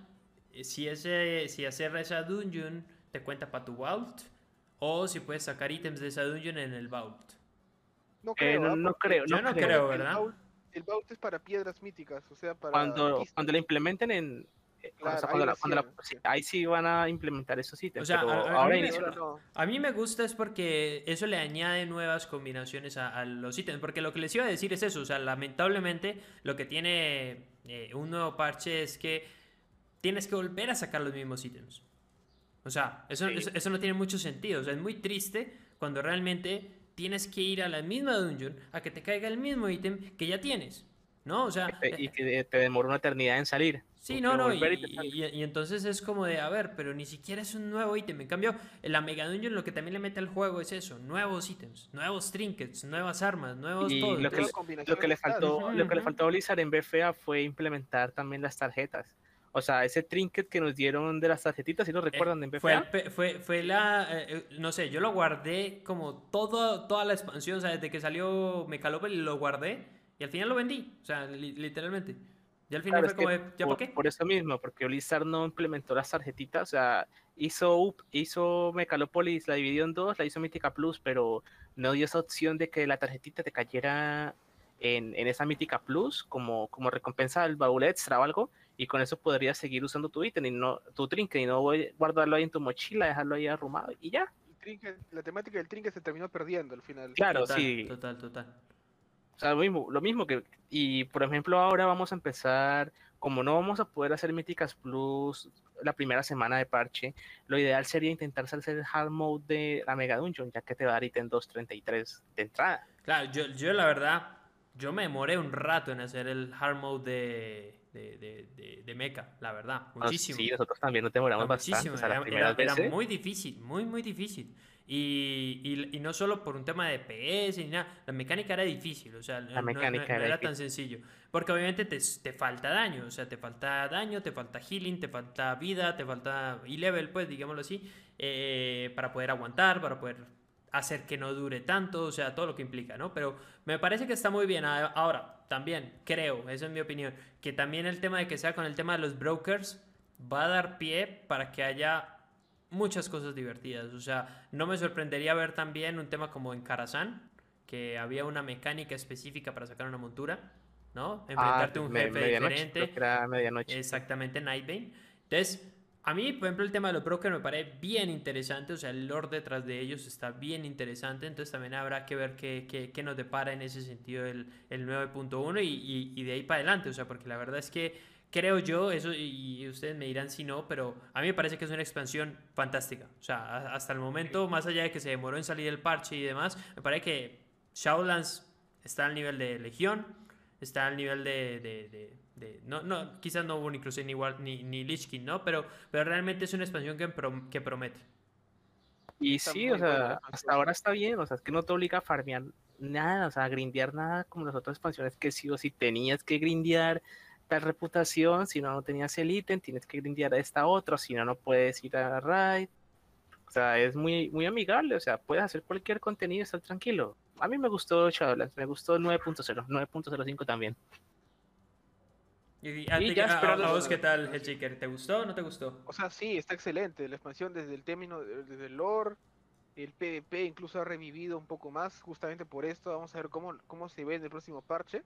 si hacer esa dungeon te cuenta para tu vault o si puedes sacar ítems de esa dungeon en el vault. No creo, no, ¿ah? no Porque creo, no Yo no creo. creo, el ¿verdad? vault, el vault es para piedras míticas, o sea, para pistas. Cuando la implementen o sea, Claro, ahí recién. sí, ahí sí van a implementar esos O ítems, sea, pero a ahora mí Y me, ahora inicialmente, no. a mí me gusta es porque eso le añade nuevas combinaciones a los ítems. Porque lo que les iba a decir es eso. O sea, lamentablemente lo que tiene un nuevo parche es que tienes que volver a sacar los mismos ítems. O sea, sí. eso no tiene mucho sentido. O sea, es muy triste cuando realmente tienes que ir a la misma dungeon a que te caiga el mismo ítem que ya tienes. ¿No? O sea, Y que te demora una eternidad en salir. sí, Tienes que no, no, volver y te sale. y entonces es como de, a ver, pero ni siquiera es un nuevo ítem. En cambio, en la Mega Dungeon lo que también le mete al juego es eso, nuevos ítems, nuevos trinkets, nuevas armas, nuevos Y todo. Nueva Entonces, combinación de ujú, stats. lo que le ujú. faltó a Blizzard en BFA fue implementar también las tarjetas. O sea, ese trinket que nos dieron de las tarjetitas, ¿sí lo recuerdan en BFA? Fue no sé, yo lo guardé como toda la expansión, o sea, desde que salió Mecalopolis lo guardé y al final lo vendí, o sea, literalmente. Y al final Claro, fue es como que de, ¿ya para qué? por eso mismo, porque Blizzard no implementó las tarjetitas, o sea, hizo Megalopolis, la dividió en dos, la hizo Mítica Plus, pero no dio esa opción de que la tarjetita te cayera en esa Mítica Plus como recompensa del baúl extra o algo, y con eso podrías seguir usando tu ítem y no, tu trinket, y no guardarlo ahí en tu mochila, dejarlo ahí arrumado y ya. La temática del trinket se terminó perdiendo al final. Claro, Total, sí. total, total. O sea, lo mismo que, y por ejemplo, ahora vamos a empezar, como no vamos a poder hacer Míticas Plus la primera semana de parche, lo ideal sería intentar hacer el hard mode de la Mega Dungeon, ya que te va a dar ítem 233 de entrada. Claro, yo la verdad, yo me demoré un rato en hacer el hard mode de Mecha, la verdad, Bueno, muchísimo. sí, nosotros también nos No, demoramos bastante, muchísimo, o sea, las primeras era veces, muy difícil, muy difícil. Y no solo por un tema de PS ni nada, la mecánica era difícil, o sea, la mecánica no era era tan difícil. sencillo. Porque obviamente te falta daño, o sea, te falta daño, te falta healing, te falta vida, te falta e-level, pues, digámoslo así, para poder aguantar, para poder hacer que no dure tanto, o sea, todo lo que implica, ¿no? Pero me parece que está muy bien. Ahora, también creo, esa es mi opinión, que también el tema de que sea con el tema de los brokers va a dar pie para que haya muchas cosas divertidas. O sea, no me sorprendería ver también un tema como en Karazhan, que había una mecánica específica para sacar una montura, ¿no? Enfrentarte a un jefe Medianoche, creo que diferente, era medianoche, sí. exactamente Nightbane. Entonces, a mí, por ejemplo, el tema de los brokers me parece bien interesante, o sea, el lore detrás de ellos está bien interesante, entonces también habrá que ver qué nos depara en ese sentido el 9.1 y de ahí para adelante, o sea, porque la verdad es que creo yo, eso, y ustedes me dirán si no, pero a mí me parece que es una expansión fantástica, o sea, hasta el momento, más allá de que se demoró en salir el parche y demás, me parece que Shadowlands está al nivel de Legión, está al nivel no, quizás no hubo ni Crusade ni Lich King, ¿no? Pero realmente es una expansión que promete. Y Está sí, o muy buena la sea, hasta expansión. ahora está bien, o sea, es que no te obliga a farmear nada, o sea, a grindear nada como las otras expansiones que sí o sí tenías que grindear tal reputación, si no, no tenías el ítem, tienes que grindear a esta otra, si no, no puedes ir a raid. O sea, es muy amigable, o sea, puedes hacer cualquier contenido y estar tranquilo. A mí me gustó Shadowlands, me gustó 9.0, 9.05 también. ¿Y Y ya esperar Muy a vos buena la qué tal, expansión. Hellshaker? ¿Te gustó o no te gustó? O sea, sí, está excelente. La expansión desde el término, desde el lore, el PvP incluso ha revivido un poco más, justamente por esto. Vamos a ver cómo se ve en el próximo parche.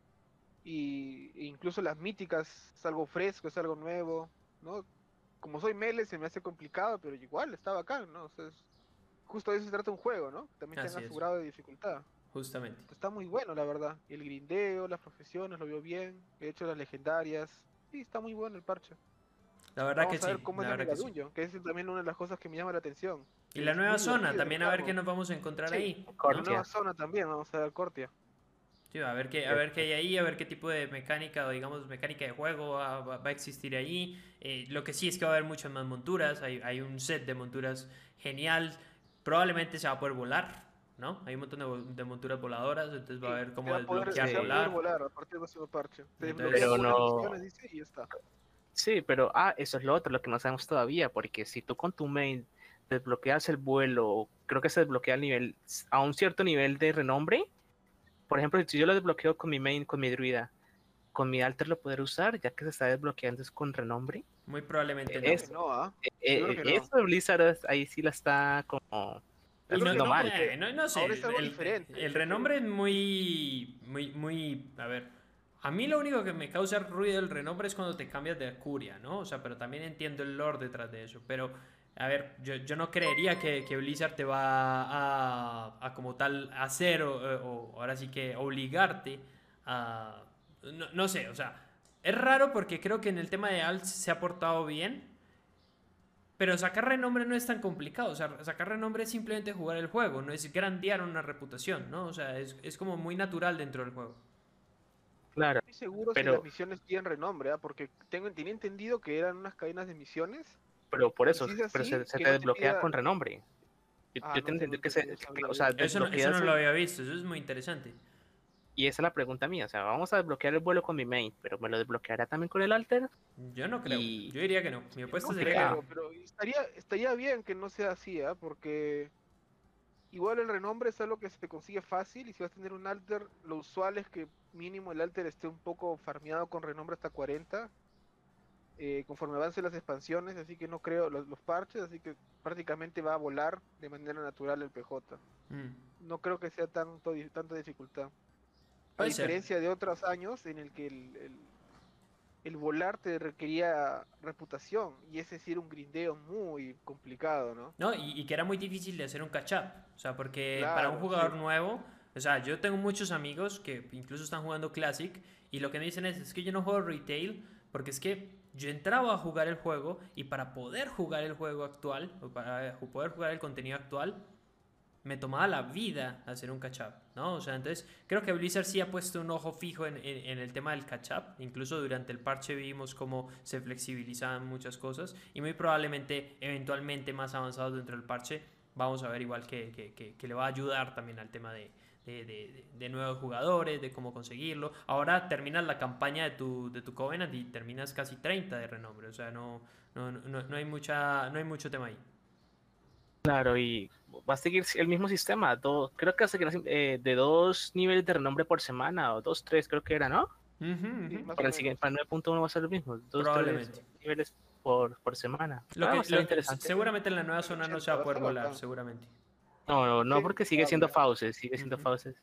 E incluso las míticas es algo fresco, es algo nuevo, ¿no? Como soy Mele se me hace complicado, pero igual está bacán, ¿no? O sea, justo de eso se trata un juego, ¿no? También Así tenga es, su grado de dificultad. justamente. Está muy bueno, la verdad. El grindeo, las profesiones, lo veo bien. De hecho, las legendarias. Sí, está muy bueno el parche. La verdad que Vamos a ver sí, cómo es la la verdad que Mega sí. Dungeon, que es también una de las cosas que me llama la atención. Y Que la es nueva muy zona, divertido también a ver qué jugarlo. nos vamos a encontrar Sí, ahí, la ¿no? nueva Cortia. zona también, vamos a ver Cortia. Sí, a ver qué hay ahí, a ver qué tipo de mecánica, o digamos, mecánica de juego va a existir ahí. Lo que sí es que va a haber muchas más monturas, hay un set de monturas genial, probablemente se va a poder volar, ¿no? Hay un montón de monturas voladoras, entonces va a Sí, haber cómo desbloquear se va a poder Sí, volar. volar a partir del próximo parche. Se desbloquea Entonces, pero con unas no. misiones, dice, y ya está. Sí, pero eso es lo otro, lo que no sabemos todavía, porque si tú con tu main desbloqueas el vuelo, creo que se desbloquea el nivel, a un cierto nivel de renombre. Por ejemplo, si yo lo desbloqueo con mi main, con mi druida, con mi alter lo podré usar, ya que se está desbloqueando es con renombre. Muy probablemente no. Es- No, yo creo que no. Eso de Blizzard ahí sí la está como Y creo no, que no, mal. porque no sé, ahora es algo diferente. el renombre es muy, a ver, a mí lo único que me causa ruido del renombre es cuando te cambias de Curia, ¿no? O sea, pero también entiendo el lore detrás de eso, pero, a ver, yo no creería que Blizzard te va a como tal hacer o ahora sí que obligarte a, no sé, o sea, es raro porque creo que en el tema de Alt se ha portado bien. Pero sacar renombre no es tan complicado, o sea, sacar renombre es simplemente jugar el juego, no es grandear una reputación, ¿no? O sea, es como muy natural dentro del juego. Claro, Estoy seguro si pero, las misiones tienen renombre, ¿ah? Porque tenía entendido que eran unas cadenas de misiones. pero por Y eso, si es pero así, se que te no te desbloquea pida- con renombre. Ah, Yo no te sé, entendí no que sé, no sabía o sea, eso. Eso no desbloqueas lo había visto, eso es muy interesante. y esa es la pregunta mía, o sea, vamos a desbloquear el vuelo con mi main, pero ¿me lo desbloqueará también con el alter? Yo no creo, Y yo diría que no, mi apuesta No sería que no. creo, pero estaría bien que no sea así, ¿ah? Porque igual el renombre es algo que se te consigue fácil y si vas a tener un alter, lo usual es que mínimo el alter esté un poco farmeado con renombre hasta 40, conforme avancen las expansiones, así que no creo, los parches, así que prácticamente va a volar de manera natural el PJ. No creo que sea tanta dificultad. A Puede ser. diferencia de otros años en el que el volar te requería reputación y ese sí era un grindeo muy complicado, ¿no? No, y que era muy difícil de hacer un catch-up. O sea, porque para un Claro, jugador sí. nuevo, o sea, yo tengo muchos amigos que incluso están jugando Classic y lo que me dicen es que yo no juego retail porque es que yo entraba a jugar el juego y para poder jugar el juego actual, o para poder jugar el contenido actual, me tomaba la vida hacer un catch-up, ¿no? O sea, entonces creo que Blizzard sí ha puesto un ojo fijo en el tema del catch-up. Incluso durante el parche vimos cómo se flexibilizaban muchas cosas y muy probablemente, eventualmente más avanzados dentro del parche, vamos a ver igual que le va a ayudar también al tema de nuevos jugadores, de cómo conseguirlo. Ahora terminas la campaña de tu Covenant y terminas casi 30 de renombre, o sea, no hay mucho tema ahí. claro, y va a seguir el mismo sistema, creo que va a seguir de 2 niveles de renombre por semana, o 2, 3 creo que era, ¿no? Ujú, Sí, ujú. más o Para el menos. siguiente, para el 9.1 va a ser lo mismo, 2, Probablemente. 3 niveles por semana. Lo Va que, a estar interesante. seguramente en la nueva zona no se va a poder 80, volar, bacán. seguramente. No, Sí, porque sigue siendo probable. fauces, sigue siendo Ujú. fauces.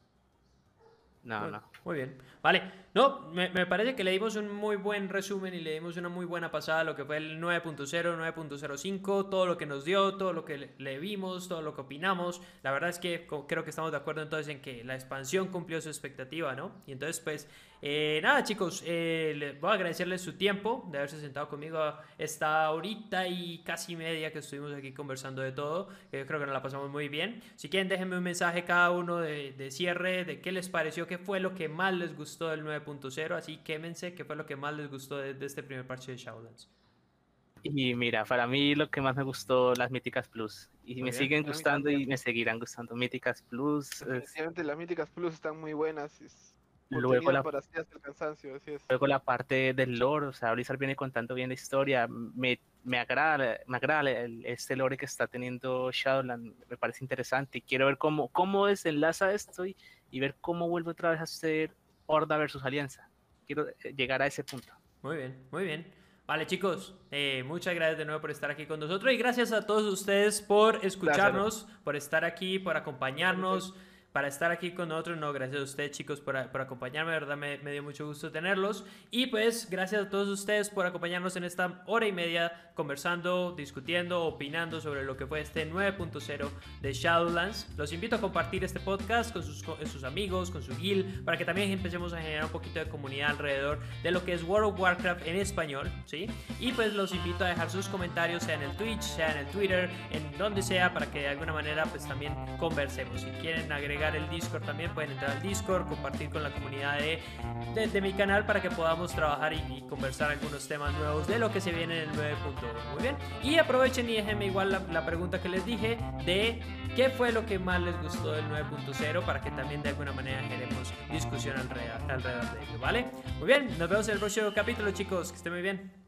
No, Muy, no. muy bien. Vale. No, me parece que le dimos un muy buen resumen y le dimos una muy buena pasada a lo que fue el 9.0, 9.05, todo lo que nos dio, todo lo que le vimos, todo lo que opinamos. La verdad es que creo que estamos de acuerdo entonces en que la expansión cumplió su expectativa, ¿no? Y entonces, pues, nada, chicos, les voy a agradecerles su tiempo de haberse sentado conmigo esta horita y casi media que estuvimos aquí conversando de todo. Yo creo que nos la pasamos muy bien. Si quieren, déjenme un mensaje cada uno de cierre, de qué les pareció, qué fue lo que más les gustó del 9.0. Así quémense, qué fue lo que más les gustó de este primer parche de Shadowlands. Y mira, para mí lo que más me gustó, las Míticas Plus. Y Muy me bien. siguen A mí gustando y también. me seguirán gustando. Míticas Plus, Definitivamente las Míticas Plus están muy buenas. Es luego contenido la, para hacer hasta el cansancio, así es. luego la parte del lore, o sea, Blizzard viene contando bien la historia. Me agrada este lore que está teniendo Shadowlands, me parece interesante. Y quiero ver cómo desenlaza esto y ver cómo vuelve otra vez a ser Horda versus Alianza. Quiero llegar a ese punto. Muy bien, muy bien. Vale, chicos, muchas gracias de nuevo por estar aquí con nosotros y gracias a todos ustedes por escucharnos, por estar aquí, por acompañarnos, para estar aquí con nosotros. No, gracias a ustedes, chicos, por acompañarme, de verdad me dio mucho gusto tenerlos. Y pues, gracias a todos ustedes por acompañarnos en esta hora y media conversando, discutiendo, opinando sobre lo que fue este 9.0 de Shadowlands. Los invito a compartir este podcast con sus amigos, con su guild, para que también empecemos a generar un poquito de comunidad alrededor de lo que es World of Warcraft en español, ¿sí? Y pues los invito a dejar sus comentarios, sea en el Twitch, sea en el Twitter, en donde sea, para que de alguna manera pues también conversemos. Si quieren agregar el Discord también pueden entrar al Discord, compartir con la comunidad de mi canal para que podamos trabajar y conversar algunos temas nuevos de lo que se viene en el 9.1. Muy bien, y aprovechen y déjenme igual la pregunta que les dije de qué fue lo que más les gustó del 9.0 para que también de alguna manera generemos discusión alrededor de ello, ¿vale? Muy bien, nos vemos en el próximo capítulo, chicos, que estén muy bien.